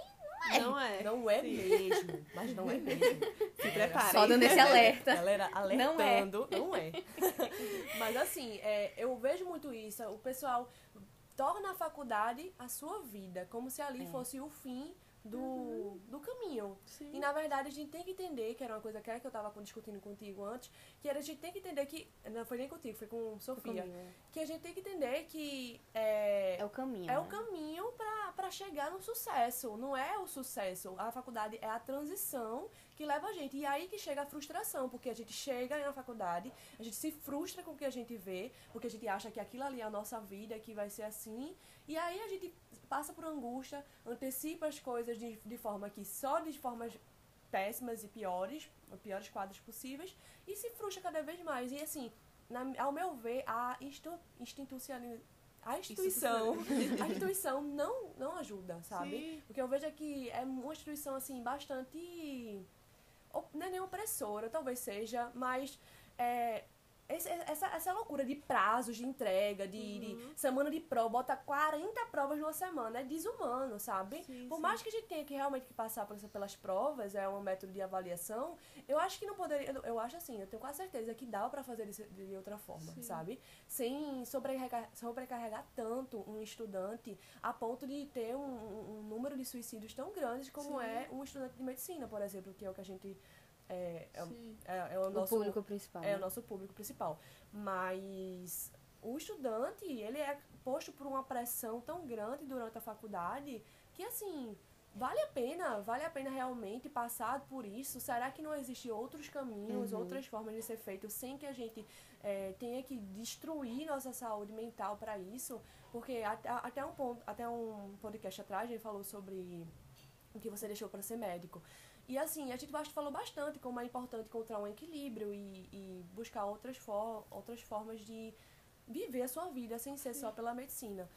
é. Não é. Não é Sim. mesmo. Mas não é mesmo. Se preparem. Só dando esse alerta. Galera, Não é. alertando, não é. Mas assim, é, eu vejo muito isso. O pessoal torna a faculdade a sua vida, como se ali É. fosse o fim do, uhum. do caminho. Sim. E na verdade a gente tem que entender, que era uma coisa que era que eu estava discutindo contigo antes, que era, a gente tem que entender que, não foi nem contigo, foi com Sofia, caminho, é. que a gente tem que entender que é, É o caminho. é né? o caminho pra, pra chegar no sucesso. Não é o sucesso. A faculdade é a transição que leva a gente. E aí que chega a frustração, porque a gente chega na faculdade, a gente se frustra com o que a gente vê, porque a gente acha que aquilo ali é a nossa vida, que vai ser assim. E aí a gente passa por angústia, antecipa as coisas de, de forma que só de formas péssimas e piores, piores quadros possíveis, e se frustra cada vez mais. E assim, na, ao meu ver, a institu, institucionalização A instituição, a instituição não, não ajuda, sabe? Sim. O que eu vejo é que é uma instituição, assim, bastante... Não é nem opressora, talvez seja, mas é, esse, essa, essa loucura de prazos de entrega, de, uhum. de semana de prova, bota quarenta provas numa semana, é desumano, sabe? Sim, Por sim. mais que a gente tenha que realmente que passar por, pelas provas, é um método de avaliação, eu acho que não poderia, eu, eu acho assim, eu tenho quase certeza que dá pra fazer isso de outra forma, Sim. sabe? Sem sobrecarregar, sobrecarregar tanto um estudante a ponto de ter um, um número de suicídios tão grandes como Sim. é um estudante de medicina, por exemplo, que é o que a gente... É, é, é, é o, O nosso, público principal. é né? o nosso público principal. Mas o estudante, ele é posto por uma pressão tão grande durante a faculdade que, assim, vale a pena, vale a pena realmente passar por isso? Será que não existem outros caminhos, Uhum. outras formas de ser feito sem que a gente é, tenha que destruir nossa saúde mental para isso? Porque até, até, um ponto, até um podcast atrás, a gente falou sobre o que você deixou para ser médico. E assim, a gente falou bastante como é importante encontrar um equilíbrio e, e buscar outras, for, outras formas de viver a sua vida sem ser só pela medicina.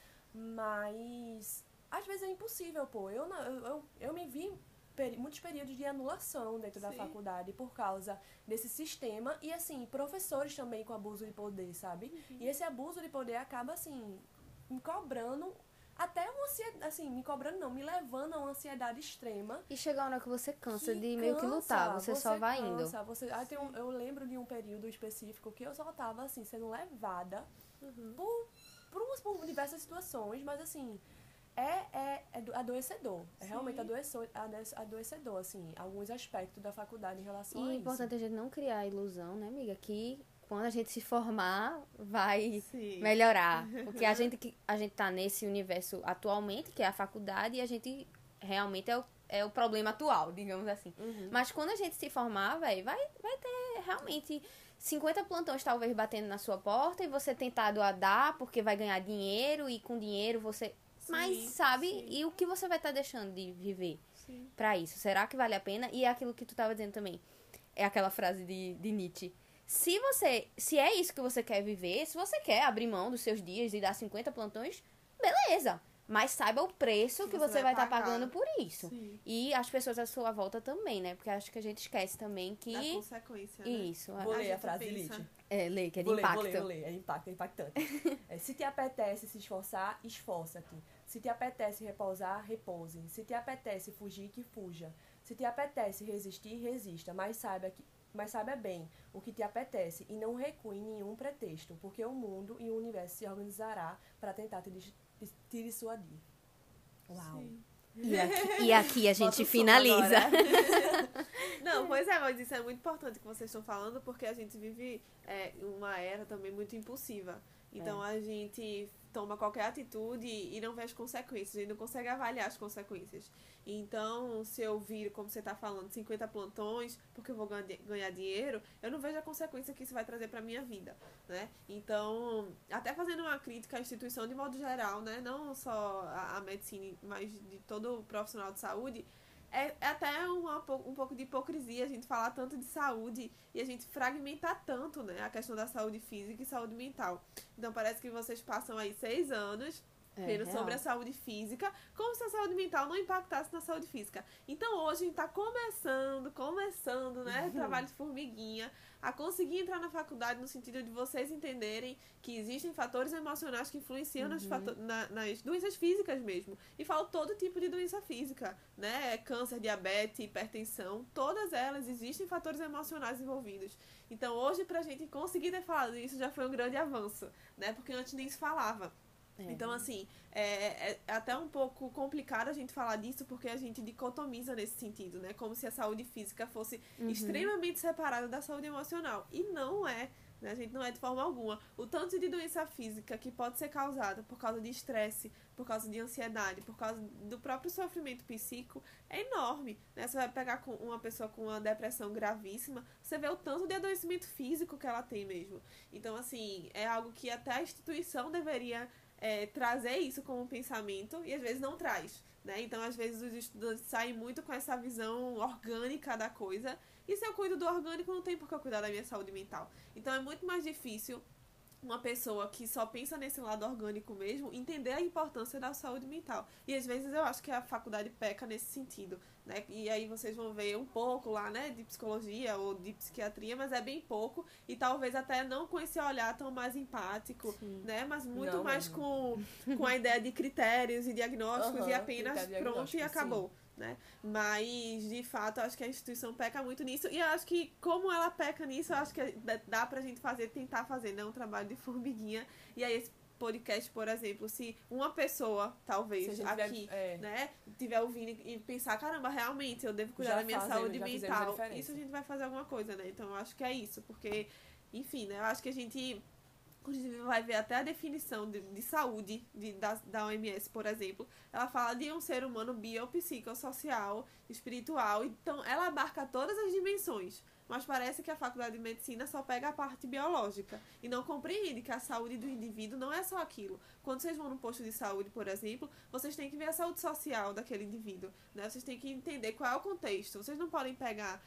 Mas às vezes é impossível, pô. Eu, eu, eu, eu me vi peri- muitos períodos de anulação dentro da Sim. faculdade por causa desse sistema. E assim, professores também com abuso de poder, sabe? Uhum. E esse abuso de poder acaba assim, me cobrando... Até uma ansiedade, assim, me cobrando não, me levando a uma ansiedade extrema. E chega uma hora que você cansa que de meio que cansa, lutar, você, só vai cansa, indo. Você, ah, tem um, eu lembro de um período específico que eu só tava, assim, sendo levada Uhum. por, por, umas, por diversas situações, mas, assim, é, é, é adoecedor. É Sim. realmente adoecedor, adoecedor, assim, alguns aspectos da faculdade em relação E a é isso. importante a gente não criar a ilusão, né, amiga? Que quando a gente se formar, vai Sim. melhorar. Porque a gente, que- a gente tá nesse universo atualmente, que é a faculdade, e a gente realmente é o, é o problema atual, digamos assim. Uhum. Mas quando a gente se formar, véi, vai, vai ter realmente cinquenta plantões talvez batendo na sua porta e você tentado a dar porque vai ganhar dinheiro e com dinheiro você... Sim, Mas, sabe? sim. E o que você vai estar deixando de viver Sim. pra isso? Será que vale a pena? E é aquilo que tu tava dizendo também. É aquela frase de, de Nietzsche. Se você, se é isso que você quer viver, se você quer abrir mão dos seus dias e dar cinquenta plantões, beleza. Mas saiba o preço que, Que você você vai vai estar pagar. pagando por isso. Sim. E as pessoas à sua volta também, né? Porque acho que a gente esquece também que... Da consequência, né? Isso. Vou a- ler a gente frase de pensa. Nietzsche. É, lê, que é de Vou ler, impacto. vou ler, vou ler. É impacto, é impactante. É, se te apetece se esforçar, esforça-te. Se te apetece repousar, repouse. Se te apetece fugir, que fuja. Se te apetece resistir, resista. Mas saiba, que, mas saiba bem o que te apetece e não recue em nenhum pretexto, porque o mundo e o universo se organizará para tentar te, dis- te dissuadir. Uau. Sim. E aqui, e aqui a Bota gente o som finaliza. agora. Não, pois é, mas isso é muito importante que vocês estão falando, porque a gente vive é, uma era também muito impulsiva. Então a gente toma qualquer atitude e não vê as consequências, a gente não consegue avaliar as consequências. Então, se eu vir, como você está falando, cinquenta plantões, porque eu vou ganha- ganhar dinheiro, eu não vejo a consequência que isso vai trazer para minha vida, né? Então, até fazendo uma crítica à instituição de modo geral, né? Não só a, a medicina, mas de todo profissional de saúde, é, é até uma, um pouco de hipocrisia a gente falar tanto de saúde e a gente fragmentar tanto, né, a questão da saúde física e saúde mental. Então parece que vocês passam aí seis anos É, vendo real. sobre a saúde física, como se a saúde mental não impactasse na saúde física. Então hoje a gente tá começando, começando, né, Uhum. trabalho de formiguinha, a conseguir entrar na faculdade no sentido de vocês entenderem que existem fatores emocionais que influenciam nas, fato- na- nas doenças físicas mesmo. E falo todo tipo de doença física, né, câncer, diabetes, hipertensão, todas elas existem fatores emocionais envolvidos. Então hoje pra gente conseguir ter falado isso já foi um grande avanço, né, porque antes nem se falava. É. Então, assim, é, é até um pouco complicado a gente falar disso porque a gente dicotomiza nesse sentido, né? Como se a saúde física fosse Uhum. extremamente separada da saúde emocional. E não é, né? A gente não é de forma alguma. O tanto de doença física que pode ser causada por causa de estresse, por causa de ansiedade, por causa do próprio sofrimento psíquico é enorme, né? Você vai pegar com uma pessoa com uma depressão gravíssima, você vê o tanto de adoecimento físico que ela tem mesmo. Então, assim, é algo que até a instituição deveria... É, trazer isso como pensamento e às vezes não traz, né? Então às vezes os estudantes saem muito com essa visão orgânica da coisa e se eu cuido do orgânico não tem por que eu cuidar da minha saúde mental. Então é muito mais difícil uma pessoa que só pensa nesse lado orgânico mesmo entender a importância da saúde mental. E às vezes eu acho que a faculdade peca nesse sentido, né? E aí vocês vão ver um pouco lá, né, de psicologia ou de psiquiatria, mas é bem pouco e talvez até não com esse olhar tão mais empático, Sim. né? Mas muito Não mais mesmo. com, com a ideia de critérios e diagnósticos Aham, e apenas critério pronto e diagnóstico, acabou. Né? Mas, de fato, eu acho que a instituição peca muito nisso. E eu acho que, como ela peca nisso, eu acho que dá pra gente fazer, tentar fazer, né? Um trabalho de formiguinha. E aí, esse podcast, por exemplo, se uma pessoa, Se talvez, a gente aqui, tiver- é. né, tiver ouvindo e pensar, caramba, realmente, eu devo cuidar Já da minha fazemos, saúde já fizemos a mental. diferença. Isso a gente vai fazer alguma coisa, né? Então, eu acho que é isso. Porque, enfim, né? Eu acho que a gente... Inclusive, vai ver até a definição de, de saúde de, da, da O M S, por exemplo. Ela fala de um ser humano biopsicossocial, espiritual. Então, ela abarca todas as dimensões. Mas parece que a faculdade de medicina só pega a parte biológica e não compreende que a saúde do indivíduo não é só aquilo. Quando vocês vão no posto de saúde, por exemplo, vocês têm que ver a saúde social daquele indivíduo, né? Vocês têm que entender qual é o contexto. Vocês não podem pegar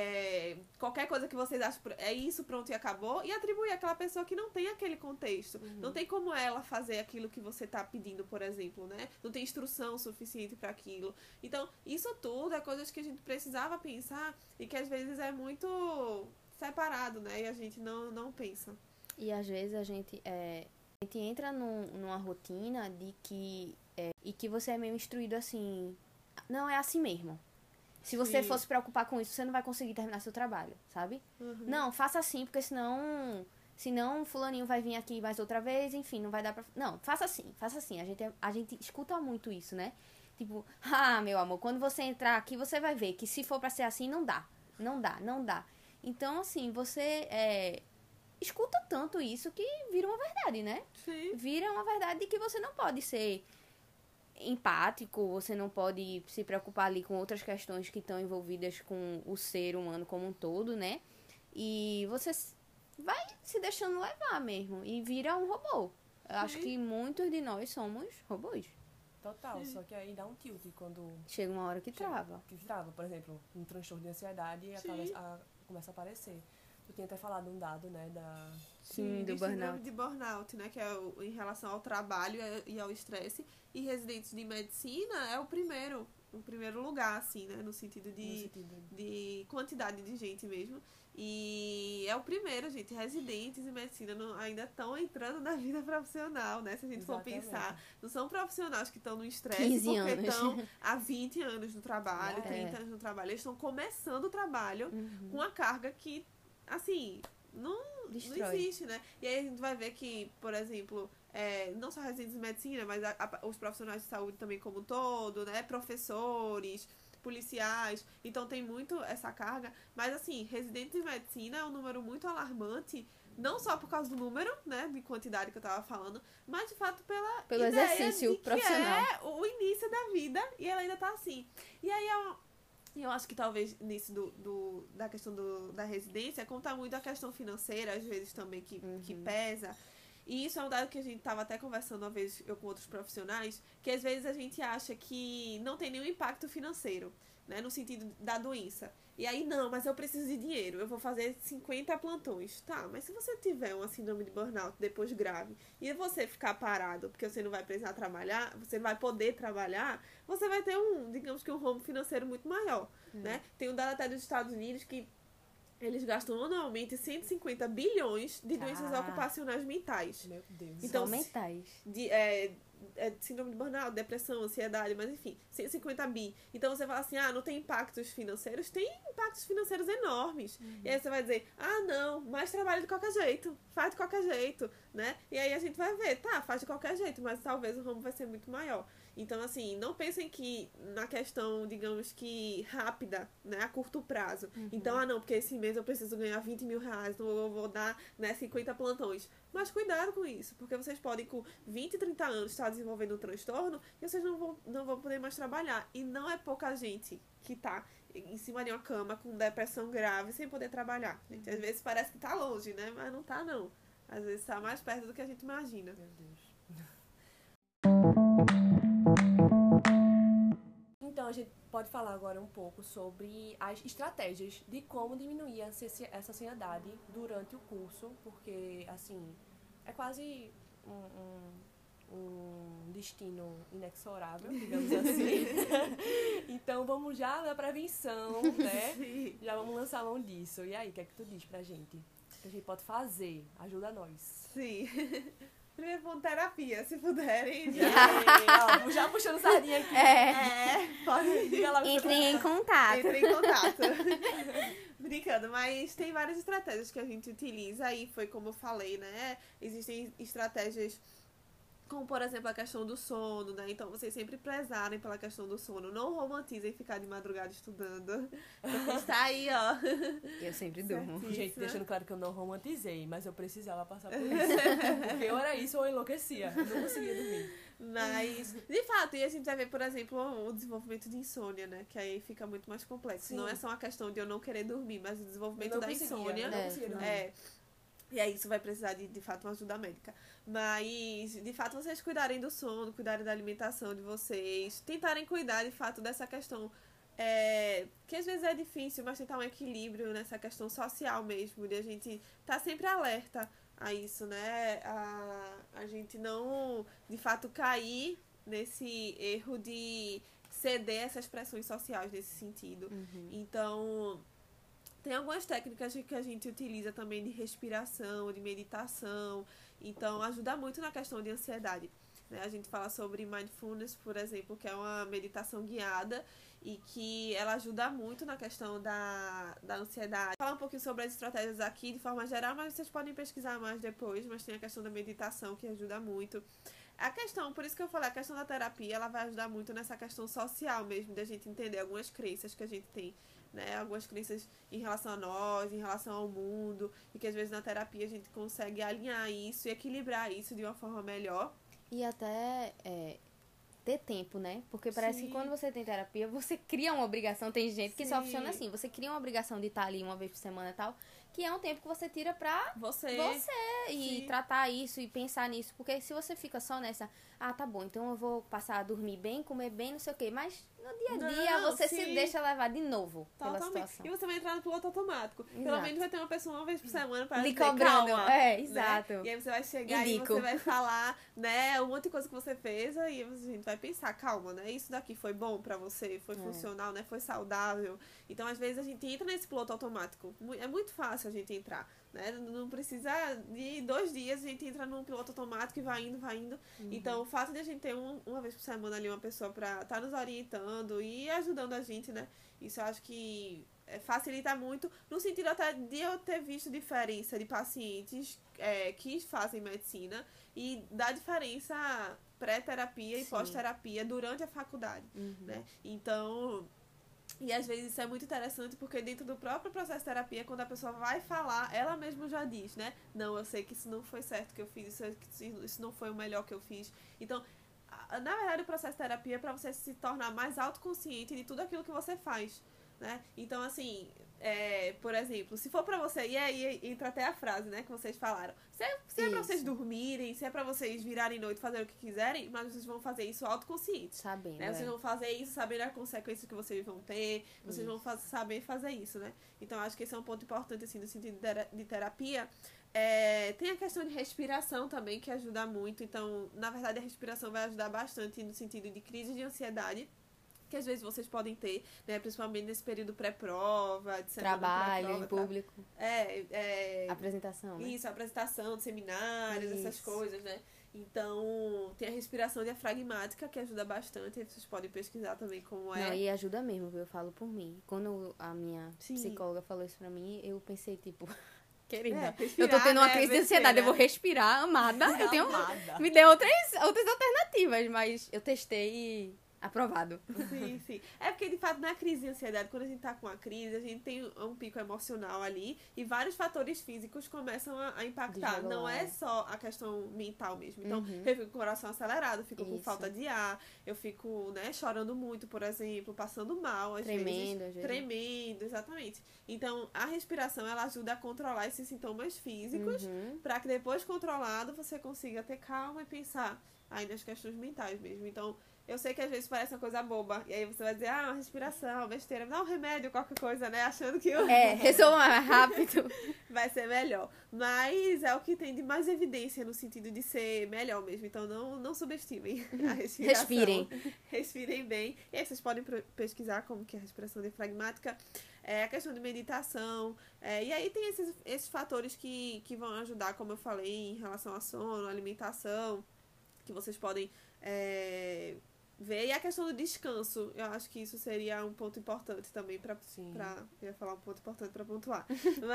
é, qualquer coisa que vocês acham é isso, pronto e acabou, e atribuir àquela pessoa que não tem aquele contexto. Uhum. Não tem como ela fazer aquilo que você está pedindo, por exemplo, né? Não tem instrução suficiente para aquilo. Então, isso tudo é coisas que a gente precisava pensar e que às vezes é muito separado, né? E a gente não, não pensa. E às vezes a gente, é, a gente entra num, numa rotina de que, é, e que você é meio instruído assim, não, é assim mesmo. Se você Sim. for se preocupar com isso, você não vai conseguir terminar seu trabalho, sabe? Uhum. Não, faça assim, porque senão, senão fulaninho vai vir aqui mais outra vez, enfim, não vai dar pra... Não, faça assim, faça assim. A gente, é- a gente escuta muito isso, né? Tipo, ah, meu amor, quando você entrar aqui, você vai ver que se for pra ser assim, não dá. Não dá, não dá. Então, assim, você é, escuta tanto isso que vira uma verdade, né? Sim. Vira uma verdade de que você não pode ser empático, você não pode se preocupar ali com outras questões que estão envolvidas com o ser humano como um todo, né? E você s- vai se deixando levar mesmo e vira um robô. Eu acho Sim. que muitos de nós somos robôs. Total, Sim. só que aí dá um tilt quando Chega uma hora que trava. que trava, por exemplo, um transtorno de ansiedade e Sim. acaba- a- começa a aparecer. Tu tinha até falado um dado, né, da... Sim, do de síndrome burnout. de burnout, né? Que é o- em relação ao trabalho e ao estresse. E residentes de medicina é o primeiro, o primeiro lugar, assim, né? No sentido no de, sentido... de quantidade de gente mesmo. E é o primeiro, gente. Residentes em medicina não- ainda estão entrando na vida profissional, né? Se a gente for Exatamente. pensar. Não são profissionais que estão no estresse quinze porque anos. estão há vinte anos no trabalho, É. trinta anos no trabalho. Eles estão começando o trabalho Uhum. com a carga que, assim, não, não Destrói. existe, né? E aí a gente vai ver que, por exemplo, é, não só residentes de medicina, mas a- a- os profissionais de saúde também como um todo, né? Professores, policiais. Então tem muito essa carga. Mas, assim, residentes de medicina é um número muito alarmante. Não só por causa do número, né, de quantidade que eu tava falando, mas de fato pela Pelo ideia exercício de que profissional. é o início da vida e ela ainda tá assim. E aí eu, eu acho que talvez nisso do, do, da questão do, da residência conta muito a questão financeira, às vezes também que, que pesa. E isso é um dado que a gente tava até conversando uma vez eu com outros profissionais, que às vezes a gente acha que não tem nenhum impacto financeiro, né, no sentido da doença. E aí, não, mas eu preciso de dinheiro, eu vou fazer cinquenta plantões. Tá, mas se você tiver uma síndrome de burnout depois grave e você ficar parado porque você não vai precisar trabalhar, você não vai poder trabalhar, você vai ter um, digamos que um rombo financeiro muito maior, hum. né? Tem um dado até dos Estados Unidos que eles gastam anualmente cento e cinquenta bilhões de Caraca. doenças ocupacionais mentais. Meu Deus. Então, só mentais. De, é, é, síndrome de burnout, depressão, ansiedade, mas enfim, cento e cinquenta bi. Então você fala assim, ah, não tem impactos financeiros? Tem impactos financeiros enormes. Uhum. E aí você vai dizer, ah, não, mas trabalha de qualquer jeito, faz de qualquer jeito, né? E aí a gente vai ver, tá, faz de qualquer jeito, mas talvez o rombo vai ser muito maior. Então, assim, não pensem que na questão, digamos que rápida, né, a curto prazo. Uhum. Então, ah, não, porque esse mês eu preciso ganhar vinte mil reais, então eu vou dar, né, cinquenta plantões. Mas cuidado com isso, porque vocês podem, com vinte, trinta anos, estar desenvolvendo um transtorno e vocês não vão, não vão poder mais trabalhar. E não é pouca gente que tá em cima de uma cama com depressão grave sem poder trabalhar. Gente, às vezes parece que tá longe, né, mas não tá, não. Às vezes tá mais perto do que a gente imagina. Meu Deus. Então, a gente pode falar agora um pouco sobre as estratégias de como diminuir essa ansiedade durante o curso, porque, assim, é quase um, um, um destino inexorável, digamos assim. Então, vamos já na prevenção, né? Sim. Já vamos lançar a mão disso. E aí, o que é que tu diz pra gente? O que a gente pode fazer? Ajuda nós. Sim. Primeiro ponto, terapia, se puderem. Já, é, ó, já puxando sardinha aqui. É. é pode diga lá. Entrem em contato. Entrem em contato. Brincando, mas tem várias estratégias que a gente utiliza e foi como eu falei, né? Existem estratégias como, por exemplo, a questão do sono, né? Então, vocês sempre prezarem pela questão do sono. Não romantizem ficar de madrugada estudando. Porque está aí, ó. Eu sempre durmo. Gente, deixando claro que eu não romantizei, mas eu precisava passar por isso. Porque ou era isso ou eu enlouquecia. Eu não conseguia dormir. Mas, de fato, e a gente vai ver, por exemplo, o desenvolvimento de insônia, né? Que aí fica muito mais complexo. Sim. Não é só uma questão de eu não querer dormir, mas o desenvolvimento da conseguia, insônia. Eu não conseguia dormir. É. E aí isso vai precisar de, de fato, uma ajuda médica. Mas, de fato, vocês cuidarem do sono, cuidarem da alimentação de vocês, tentarem cuidar, de fato, dessa questão, é, que às vezes é difícil, mas tentar um equilíbrio nessa questão social mesmo, de a gente estar sempre alerta a isso, né? A, a gente não, de fato, cair nesse erro de ceder essas pressões sociais nesse sentido. Uhum. Então, tem algumas técnicas que a gente utiliza também de respiração, de meditação. Então, ajuda muito na questão de ansiedade, né? A gente fala sobre mindfulness, por exemplo, que é uma meditação guiada e que ela ajuda muito na questão da, da ansiedade. Vou falar um pouquinho sobre as estratégias aqui de forma geral, mas vocês podem pesquisar mais depois. Mas tem a questão da meditação, que ajuda muito. A questão, por isso que eu falei, a questão da terapia, ela vai ajudar muito nessa questão social mesmo, da gente entender algumas crenças que a gente tem, né, algumas crenças em relação a nós, em relação ao mundo, e que às vezes na terapia a gente consegue alinhar isso e equilibrar isso de uma forma melhor. E até é, ter tempo, né? Porque parece Sim. que quando você tem terapia, você cria uma obrigação. Tem gente que Sim. só funciona assim. Você cria uma obrigação de estar ali uma vez por semana e tal, que é um tempo que você tira pra Você. você e Sim. tratar isso e pensar nisso. Porque se você fica só nessa, ah, tá bom, então eu vou passar a dormir bem, comer bem, não sei o quê. Mas no dia a dia Não, você sim. se deixa levar de novo pela Totalmente. situação. E você vai entrar no piloto automático. Pelo Exato. menos vai ter uma pessoa uma vez por semana pra Lhe dizer, cobrando. calma, É, né? exato. E aí você vai chegar Indico. e você vai falar, né, um monte de coisa que você fez, aí a gente vai pensar, calma, né, isso daqui foi bom pra você, foi É. funcional, né, foi saudável. Então, às vezes, a gente entra nesse piloto automático. É muito fácil a gente entrar, né, não precisa de dois dias, a gente entra num piloto automático e vai indo, vai indo. Uhum. Então, o fato de a gente ter um, uma vez por semana ali uma pessoa pra estar tá nos orientando e ajudando a gente, né, isso eu acho que facilita muito, no sentido até de eu ter visto diferença de pacientes é, que fazem medicina e da diferença pré-terapia e Sim. pós-terapia durante a faculdade, Uhum. né? Então, e às vezes isso é muito interessante porque dentro do próprio processo de terapia, quando a pessoa vai falar, ela mesma já diz, né? Não, eu sei que isso não foi certo que eu fiz, isso, isso não foi o melhor que eu fiz. Então, na verdade, o processo de terapia é para você se tornar mais autoconsciente de tudo aquilo que você faz, né? Então, assim, é, por exemplo, se for pra você, e aí entra até a frase, né, que vocês falaram. Se é, se é pra vocês dormirem, se é pra vocês virarem noite e fazer o que quiserem, mas vocês vão fazer isso autoconsciente. Sabendo, Né? Vocês é. vão fazer isso sabendo as consequências que vocês vão ter, vocês Isso. vão faz, saber fazer isso, né? Então, acho que esse é um ponto importante, assim, no sentido de, tera- de terapia. É, tem a questão de respiração também, que ajuda muito. Então, na verdade, a respiração vai ajudar bastante no sentido de crise de ansiedade, que às vezes vocês podem ter, né? Principalmente nesse período pré-prova, de semana Trabalho em pré-prova, tá? público, É, é... apresentação, né? Isso, apresentação de seminários, essas Isso. coisas, né? Então, tem a respiração diafragmática, que ajuda bastante. Aí vocês podem pesquisar também como é. Não, e ajuda mesmo, viu? Eu falo por mim. Quando a minha Sim. psicóloga falou isso pra mim, eu pensei, tipo, querida, É, eu tô respirar, tendo uma né? crise de Vencer, ansiedade, eu né? vou respirar, amada. Eu tenho. Amada. Me deu outras, outras alternativas, mas eu testei e aprovado. Sim, sim. É porque, de fato, na crise de ansiedade, quando a gente tá com a crise, a gente tem um pico emocional ali e vários fatores físicos começam a, a impactar. Desregular, Não é é. só a questão mental mesmo. Então, Uhum. eu fico com o coração acelerado, eu fico com Isso. falta de ar, eu fico, né, chorando muito, por exemplo, passando mal, às vezes. Tremendo, às vezes. Tremendo, exatamente. Então, a respiração, ela ajuda a controlar esses sintomas físicos, Uhum. para que depois controlado você consiga ter calma e pensar aí nas questões mentais mesmo. Então, eu sei que às vezes parece uma coisa boba, e aí você vai dizer, ah, uma respiração, besteira, dá um remédio, qualquer coisa, né, achando que o- É, resolva mais rápido. vai ser melhor. Mas é o que tem de mais evidência no sentido de ser melhor mesmo, então não, não subestimem a respiração. Respirem. Respirem bem. E aí vocês podem pro- pesquisar como que é a respiração diafragmática, é, a questão de meditação, é, e aí tem esses, esses fatores que, que vão ajudar, como eu falei, em relação a sono, alimentação, que vocês podem é, ver. E a questão do descanso, eu acho que isso seria um ponto importante também para Sim. pra, eu ia falar um ponto importante para pontuar,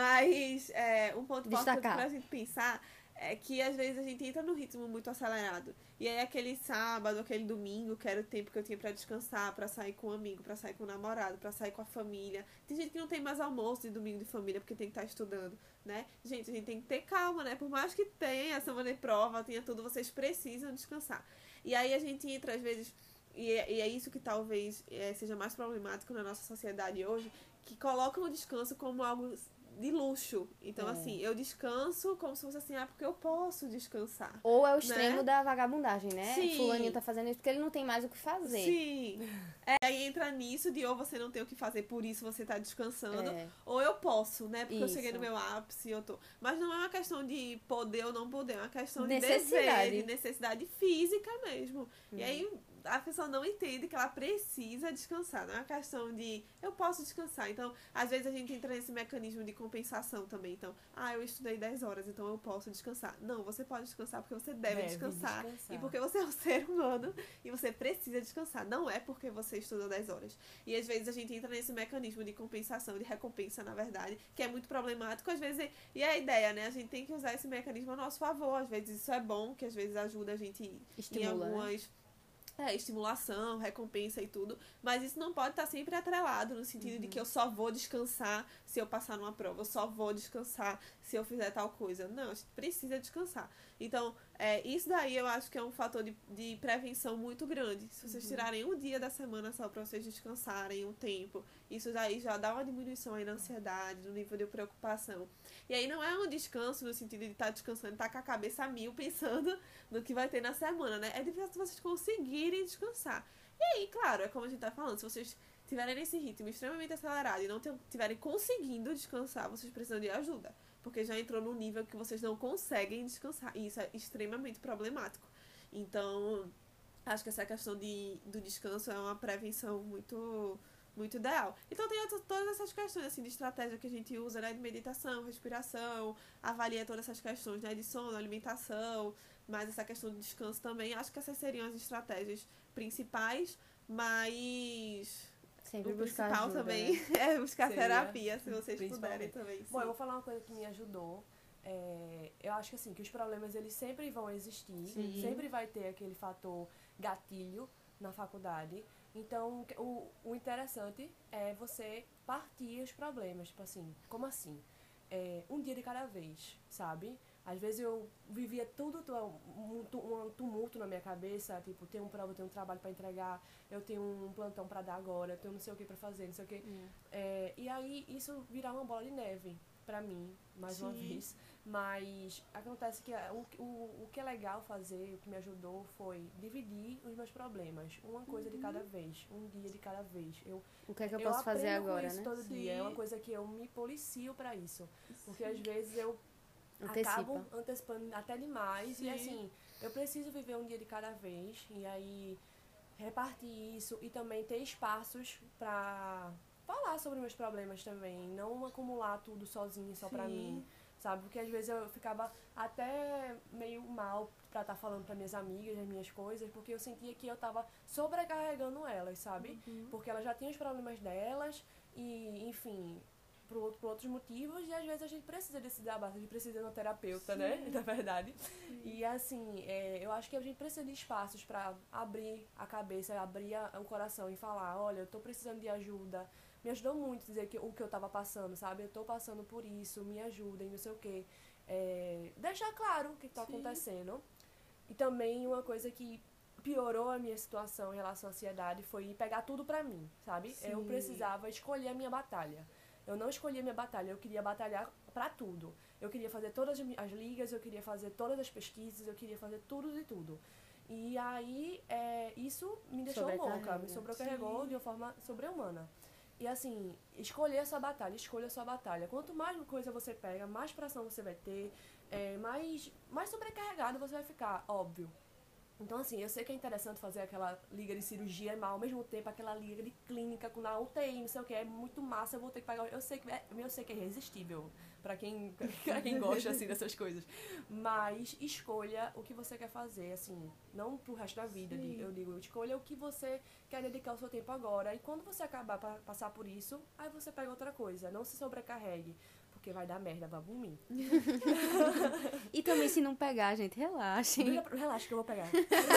mas é, um ponto importante Destacar. pra gente pensar é que às vezes a gente entra num ritmo muito acelerado. E aí aquele sábado, aquele domingo, que era o tempo que eu tinha pra descansar, pra sair com um amigo, pra sair com o namorado, pra sair com a família. Tem gente que não tem mais almoço de domingo de família porque tem que estar estudando, né? Gente, a gente tem que ter calma, né? Por mais que tenha semana de prova, tenha tudo, vocês precisam descansar. E aí a gente entra, às vezes, e é, e é isso que talvez é, seja mais problemático na nossa sociedade hoje, que colocam o descanso como algo de luxo. Então, É. assim, eu descanso como se fosse assim, ah, porque eu posso descansar. Ou é o extremo Né? da vagabundagem, né? Sim. Fulaninho tá fazendo isso porque ele não tem mais o que fazer. Sim. É, aí entra nisso de ou você não tem o que fazer, por isso você tá descansando, É. ou eu posso, né? Porque eu cheguei no Isso. meu ápice, eu tô. Mas não é uma questão de poder ou não poder, é uma questão de Necessidade. dever, de necessidade física mesmo. E Uhum. aí a pessoa não entende que ela precisa descansar, não é uma questão de eu posso descansar. Então, às vezes a gente entra nesse mecanismo de compensação também. Então, ah, eu estudei dez horas, então eu posso descansar. Não, você pode descansar porque você deve, Deve descansar. descansar. E porque você é um ser humano e você precisa descansar. Não é porque você estudou dez horas. E às vezes a gente entra nesse mecanismo de compensação, de recompensa, na verdade, que é muito problemático. Às vezes, e a ideia, né? A gente tem que usar esse mecanismo a nosso favor. Às vezes isso é bom, que às vezes ajuda a gente em Estimula, né? algumas. É, estimulação, recompensa e tudo, mas isso não pode estar sempre atrelado no sentido Uhum. de que eu só vou descansar se eu passar numa prova, eu só vou descansar se eu fizer tal coisa. Não, a gente precisa descansar. Então, é, isso daí eu acho que é um fator de, de prevenção muito grande. Se vocês Uhum. tirarem um dia da semana só pra vocês descansarem um tempo, isso daí já dá uma diminuição aí na ansiedade, no nível de preocupação. E aí não é um descanso no sentido de estar descansando, estar com a cabeça a mil pensando no que vai ter na semana, né? É difícil vocês conseguirem descansar. E aí, claro, é como a gente tá falando, se vocês estiverem nesse ritmo extremamente acelerado e não estiverem conseguindo descansar, vocês precisam de ajuda. Porque já entrou num nível que vocês não conseguem descansar. E isso é extremamente problemático. Então, acho que essa questão de, do descanso é uma prevenção muito, muito ideal. Então, tem outras, todas essas questões assim, de estratégia que a gente usa, né? De meditação, respiração, avalia todas essas questões, né? De sono, alimentação, mas essa questão do descanso também. Acho que essas seriam as estratégias principais, mas Sempre o buscar principal ajuda, também né? é buscar Seria, terapia, se vocês puderem principalmente. também. Bom, sim. eu vou falar uma coisa que me ajudou. É, eu acho que assim, que os problemas eles sempre vão existir, Sim. sempre vai ter aquele fator gatilho na faculdade. Então, o, o interessante é você partir os problemas, tipo assim, como assim? É, um dia de cada vez, sabe? Às vezes eu vivia tudo, um tumulto na minha cabeça, tipo, tenho um prova, eu tenho um trabalho para entregar, eu tenho um plantão para dar agora, eu tenho não sei o que para fazer, não sei o que. É. É, e aí isso virar uma bola de neve pra mim, mais Sim. uma vez. Mas acontece que o, o, o que é legal fazer, o que me ajudou foi dividir os meus problemas. Uma coisa Uhum. de cada vez, um dia de cada vez. Eu, O que é que eu, eu posso fazer aprendo agora, com isso né? todo Sim. dia. É uma coisa que eu me policio pra isso. Porque Sim. às vezes eu Antecipa. acabo antecipando até demais. Sim. E assim, eu preciso viver um dia de cada vez. E aí, repartir isso e também ter espaços pra falar sobre meus problemas também. Não acumular tudo sozinho, só pra Sim. mim. Sabe? Porque às vezes eu ficava até meio mal pra estar falando pra minhas amigas as minhas coisas, porque eu sentia que eu tava sobrecarregando elas, sabe? Uhum. Porque elas já tinham os problemas delas e, enfim, por, outro- por outros motivos, e às vezes a gente precisa desse desabafo, a gente precisa de uma terapeuta, Sim. né? Na verdade. Sim. E assim, é, eu acho que a gente precisa de espaços pra abrir a cabeça, abrir a- o coração e falar, olha, eu tô precisando de ajuda. Me ajudou muito dizer que, o que eu tava passando, sabe? Eu tô passando por isso, me ajudem, não sei o quê. É, deixar claro o que tá Sim. acontecendo. E também uma coisa que piorou a minha situação em relação à ansiedade foi pegar tudo pra mim, sabe? Sim. Eu precisava escolher a minha batalha. Eu não escolhi a minha batalha, eu queria batalhar pra tudo. Eu queria fazer todas as mi- as ligas, eu queria fazer todas as pesquisas, eu queria fazer tudo de tudo. E aí, é, isso me deixou louca, Sobrecarrega. me sobrecarregou Sim. de uma forma sobre-humana. E assim, escolher a sua batalha, escolha a sua batalha. Quanto mais coisa você pega, mais pressão você vai ter, é, mais, mais sobrecarregado você vai ficar, óbvio. Então, assim, eu sei que é interessante fazer aquela liga de cirurgia, mas ao mesmo tempo aquela liga de clínica com na U T I, não sei o que, é muito massa, eu vou ter que pagar. Eu sei que é, eu sei que é irresistível pra quem, pra quem gosta, assim, dessas coisas. Mas escolha o que você quer fazer, assim, não pro resto da vida, Sim. eu digo, escolha o que você quer dedicar o seu tempo agora. E quando você acabar pra passar por isso, aí você pega outra coisa. Não se sobrecarregue, porque vai dar merda, vai por mim. E também, se não pegar, gente, relaxem. Relaxa que eu vou pegar.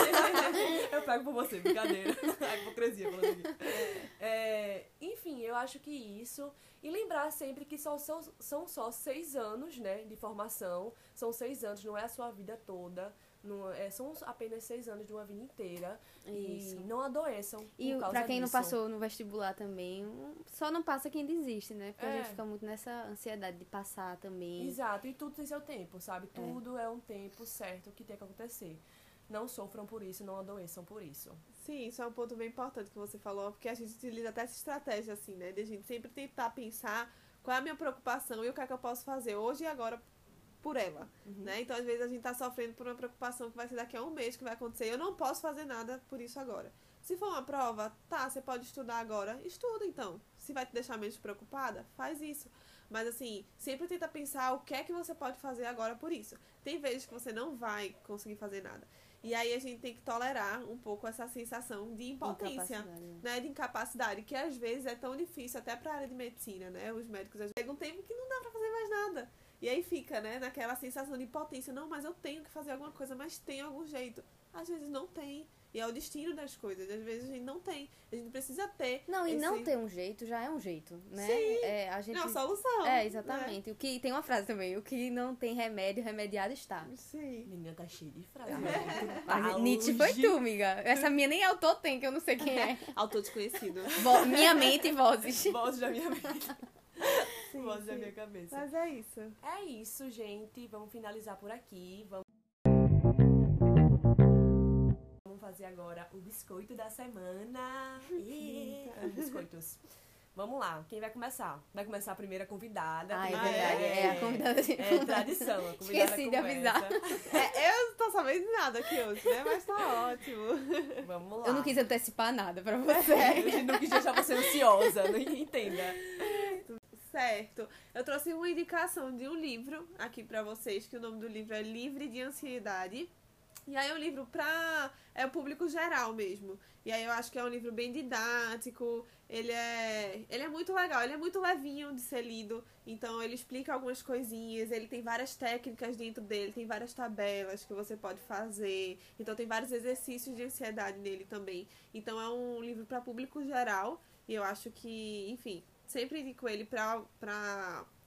Eu pego por você, brincadeira. A hipocrisia falando aqui. É, enfim, eu acho que isso. E lembrar sempre que só, são, são só seis anos, né, de formação. São seis anos, não é a sua vida toda. Não, é, são apenas seis anos de uma vida inteira. Isso. E não adoeçam por E causa pra quem não disso. passou no vestibular também, um- só não passa quem desiste, né? Porque a É. gente fica muito nessa ansiedade de passar também. Exato, e tudo tem seu tempo, sabe? Tudo é um tempo certo que tem que acontecer. Não sofram por isso, não adoeçam por isso. Sim, isso é um ponto bem importante que você falou, porque a gente utiliza até essa estratégia, assim, né? De a gente sempre tentar pensar qual é a minha preocupação e o que é que eu posso fazer hoje e agora por ela, Uhum. né? Então, às vezes, a gente tá sofrendo por uma preocupação que vai ser daqui a um mês que vai acontecer e eu não posso fazer nada por isso agora. Se for uma prova, tá, você pode estudar agora, estuda então. Se vai te deixar menos preocupada, faz isso. Mas assim, sempre tenta pensar o que é que você pode fazer agora por isso. Tem vezes que você não vai conseguir fazer nada. E aí a gente tem que tolerar um pouco essa sensação de impotência, Incapacidade, né? né, de incapacidade, que às vezes é tão difícil até pra área de medicina, né? Os médicos às vezes chegam um tempo que não dá pra fazer mais nada. E aí fica, né, naquela sensação de impotência. Não, mas eu tenho que fazer alguma coisa, mas tem algum jeito. Às vezes não tem. E é o destino das coisas. Às vezes a gente não tem. A gente precisa ter. Não, e esse... não ter um jeito já é um jeito, né? Sim. É, a gente... Não, solução. É, exatamente. O que tem uma frase também, o que não tem remédio, remediado está. Né? Sim. Menina tá cheia de frase. A Nietzsche foi tu, amiga. Essa minha nem autor tem, que eu não sei quem é. Autor desconhecido. Vo- minha mente e vozes. Voz da minha mente. Sim, Voz da sim. minha cabeça. Mas é isso. É isso, gente. Vamos finalizar por aqui. Vamos Vamos fazer agora o biscoito da semana. E... Biscoitos. Vamos lá. Quem vai começar? Vai começar a primeira convidada. Ah, é Tem- verdade. É, a convidada de... É tradição. A convidada Esqueci de começa. avisar. É, eu não tô sabendo de nada aqui hoje, né? Mas tá ótimo. Vamos lá. Eu não quis antecipar nada pra você. Eu não quis deixar você ansiosa. Não entenda. Certo. Eu trouxe uma indicação de um livro aqui pra vocês, que o nome do livro é Livre de Ansiedade. E aí é um livro pra... é o público geral mesmo. E aí eu acho que é um livro bem didático, ele é, ele é muito legal, ele é muito levinho de ser lido. Então ele explica algumas coisinhas, ele tem várias técnicas dentro dele, tem várias tabelas que você pode fazer. Então tem vários exercícios de ansiedade nele também. Então é um livro pra público geral. E eu acho que, enfim, sempre indico ele pra... pra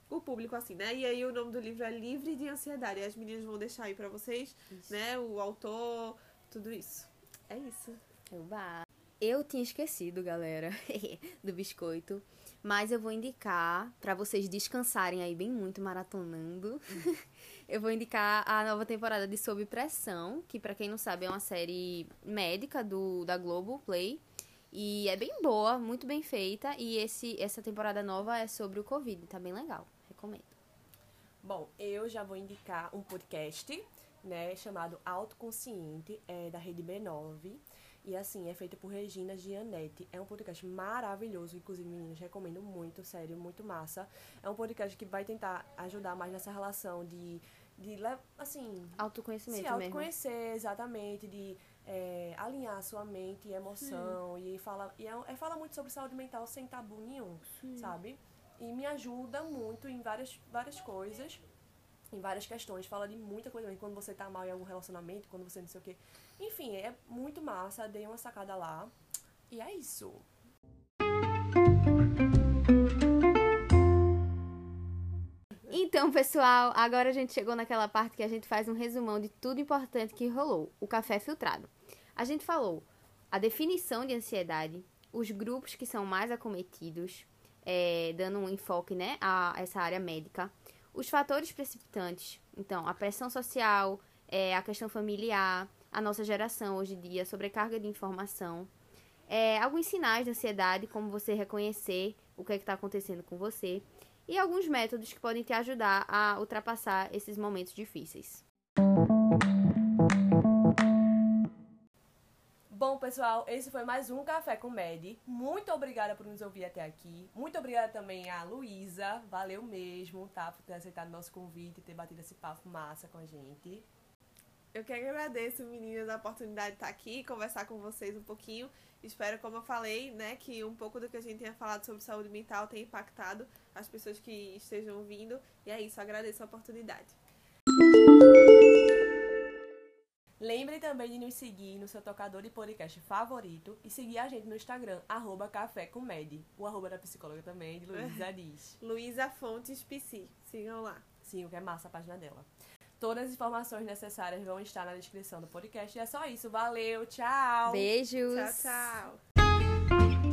o público, assim, né? E aí o nome do livro é Livre de Ansiedade. E as meninas vão deixar aí pra vocês, Isso. né? O autor, tudo isso. É isso. Uba. Eu tinha esquecido, galera, do biscoito. Mas eu vou indicar, pra vocês descansarem aí bem muito, maratonando. Eu vou indicar a nova temporada de Sob Pressão, que pra quem não sabe é uma série médica do, da Globoplay. E é bem boa, muito bem feita. E esse, essa temporada nova é sobre o Covid, tá bem legal. Recomendo. Bom, eu já vou indicar um podcast, né, chamado Autoconsciente, é da Rede B nove. E assim, é feito por Regina Gianetti. É um podcast maravilhoso, inclusive, meninas, recomendo muito, sério, muito massa. É um podcast que vai tentar ajudar mais nessa relação de, de assim, Autoconhecimento se mesmo. autoconhecer, exatamente, de é, alinhar sua mente e emoção. Sim. E fala, e é, é, fala muito sobre saúde mental sem tabu nenhum, Sim. sabe? E me ajuda muito em várias, várias coisas, em várias questões. Fala de muita coisa, quando você tá mal em algum relacionamento, quando você não sei o quê. Enfim, é muito massa, dei uma sacada lá. E é isso. Então, pessoal, agora a gente chegou naquela parte que a gente faz um resumão de tudo importante que rolou, o café filtrado. A gente falou a definição de ansiedade, os grupos que são mais acometidos, é, dando um enfoque, né, a essa área médica, os fatores precipitantes, então, a pressão social, é, a questão familiar, a nossa geração hoje em dia, sobrecarga de informação, é, alguns sinais de ansiedade, como você reconhecer o que é que está acontecendo com você, e alguns métodos que podem te ajudar a ultrapassar esses momentos difíceis. Bom, pessoal, esse foi mais um Café com Med. Muito obrigada por nos ouvir até aqui. Muito obrigada também a Luísa. Valeu mesmo, tá? Por ter aceitado nosso convite e ter batido esse papo massa com a gente. Eu que agradeço, meninas, a oportunidade de estar aqui e conversar com vocês um pouquinho. Espero, como eu falei, né, que um pouco do que a gente tenha falado sobre saúde mental tenha impactado as pessoas que estejam ouvindo. E é isso, agradeço a oportunidade. Lembre também de nos seguir no seu tocador de podcast favorito e seguir a gente no Instagram, arroba Café com Med. O arroba da psicóloga também, de Luísa diz. Luísa Fontes Psi. Sigam lá. Sim, o que é massa a página dela. Todas as informações necessárias vão estar na descrição do podcast. E é só isso. Valeu, tchau! Beijos! Tchau, tchau!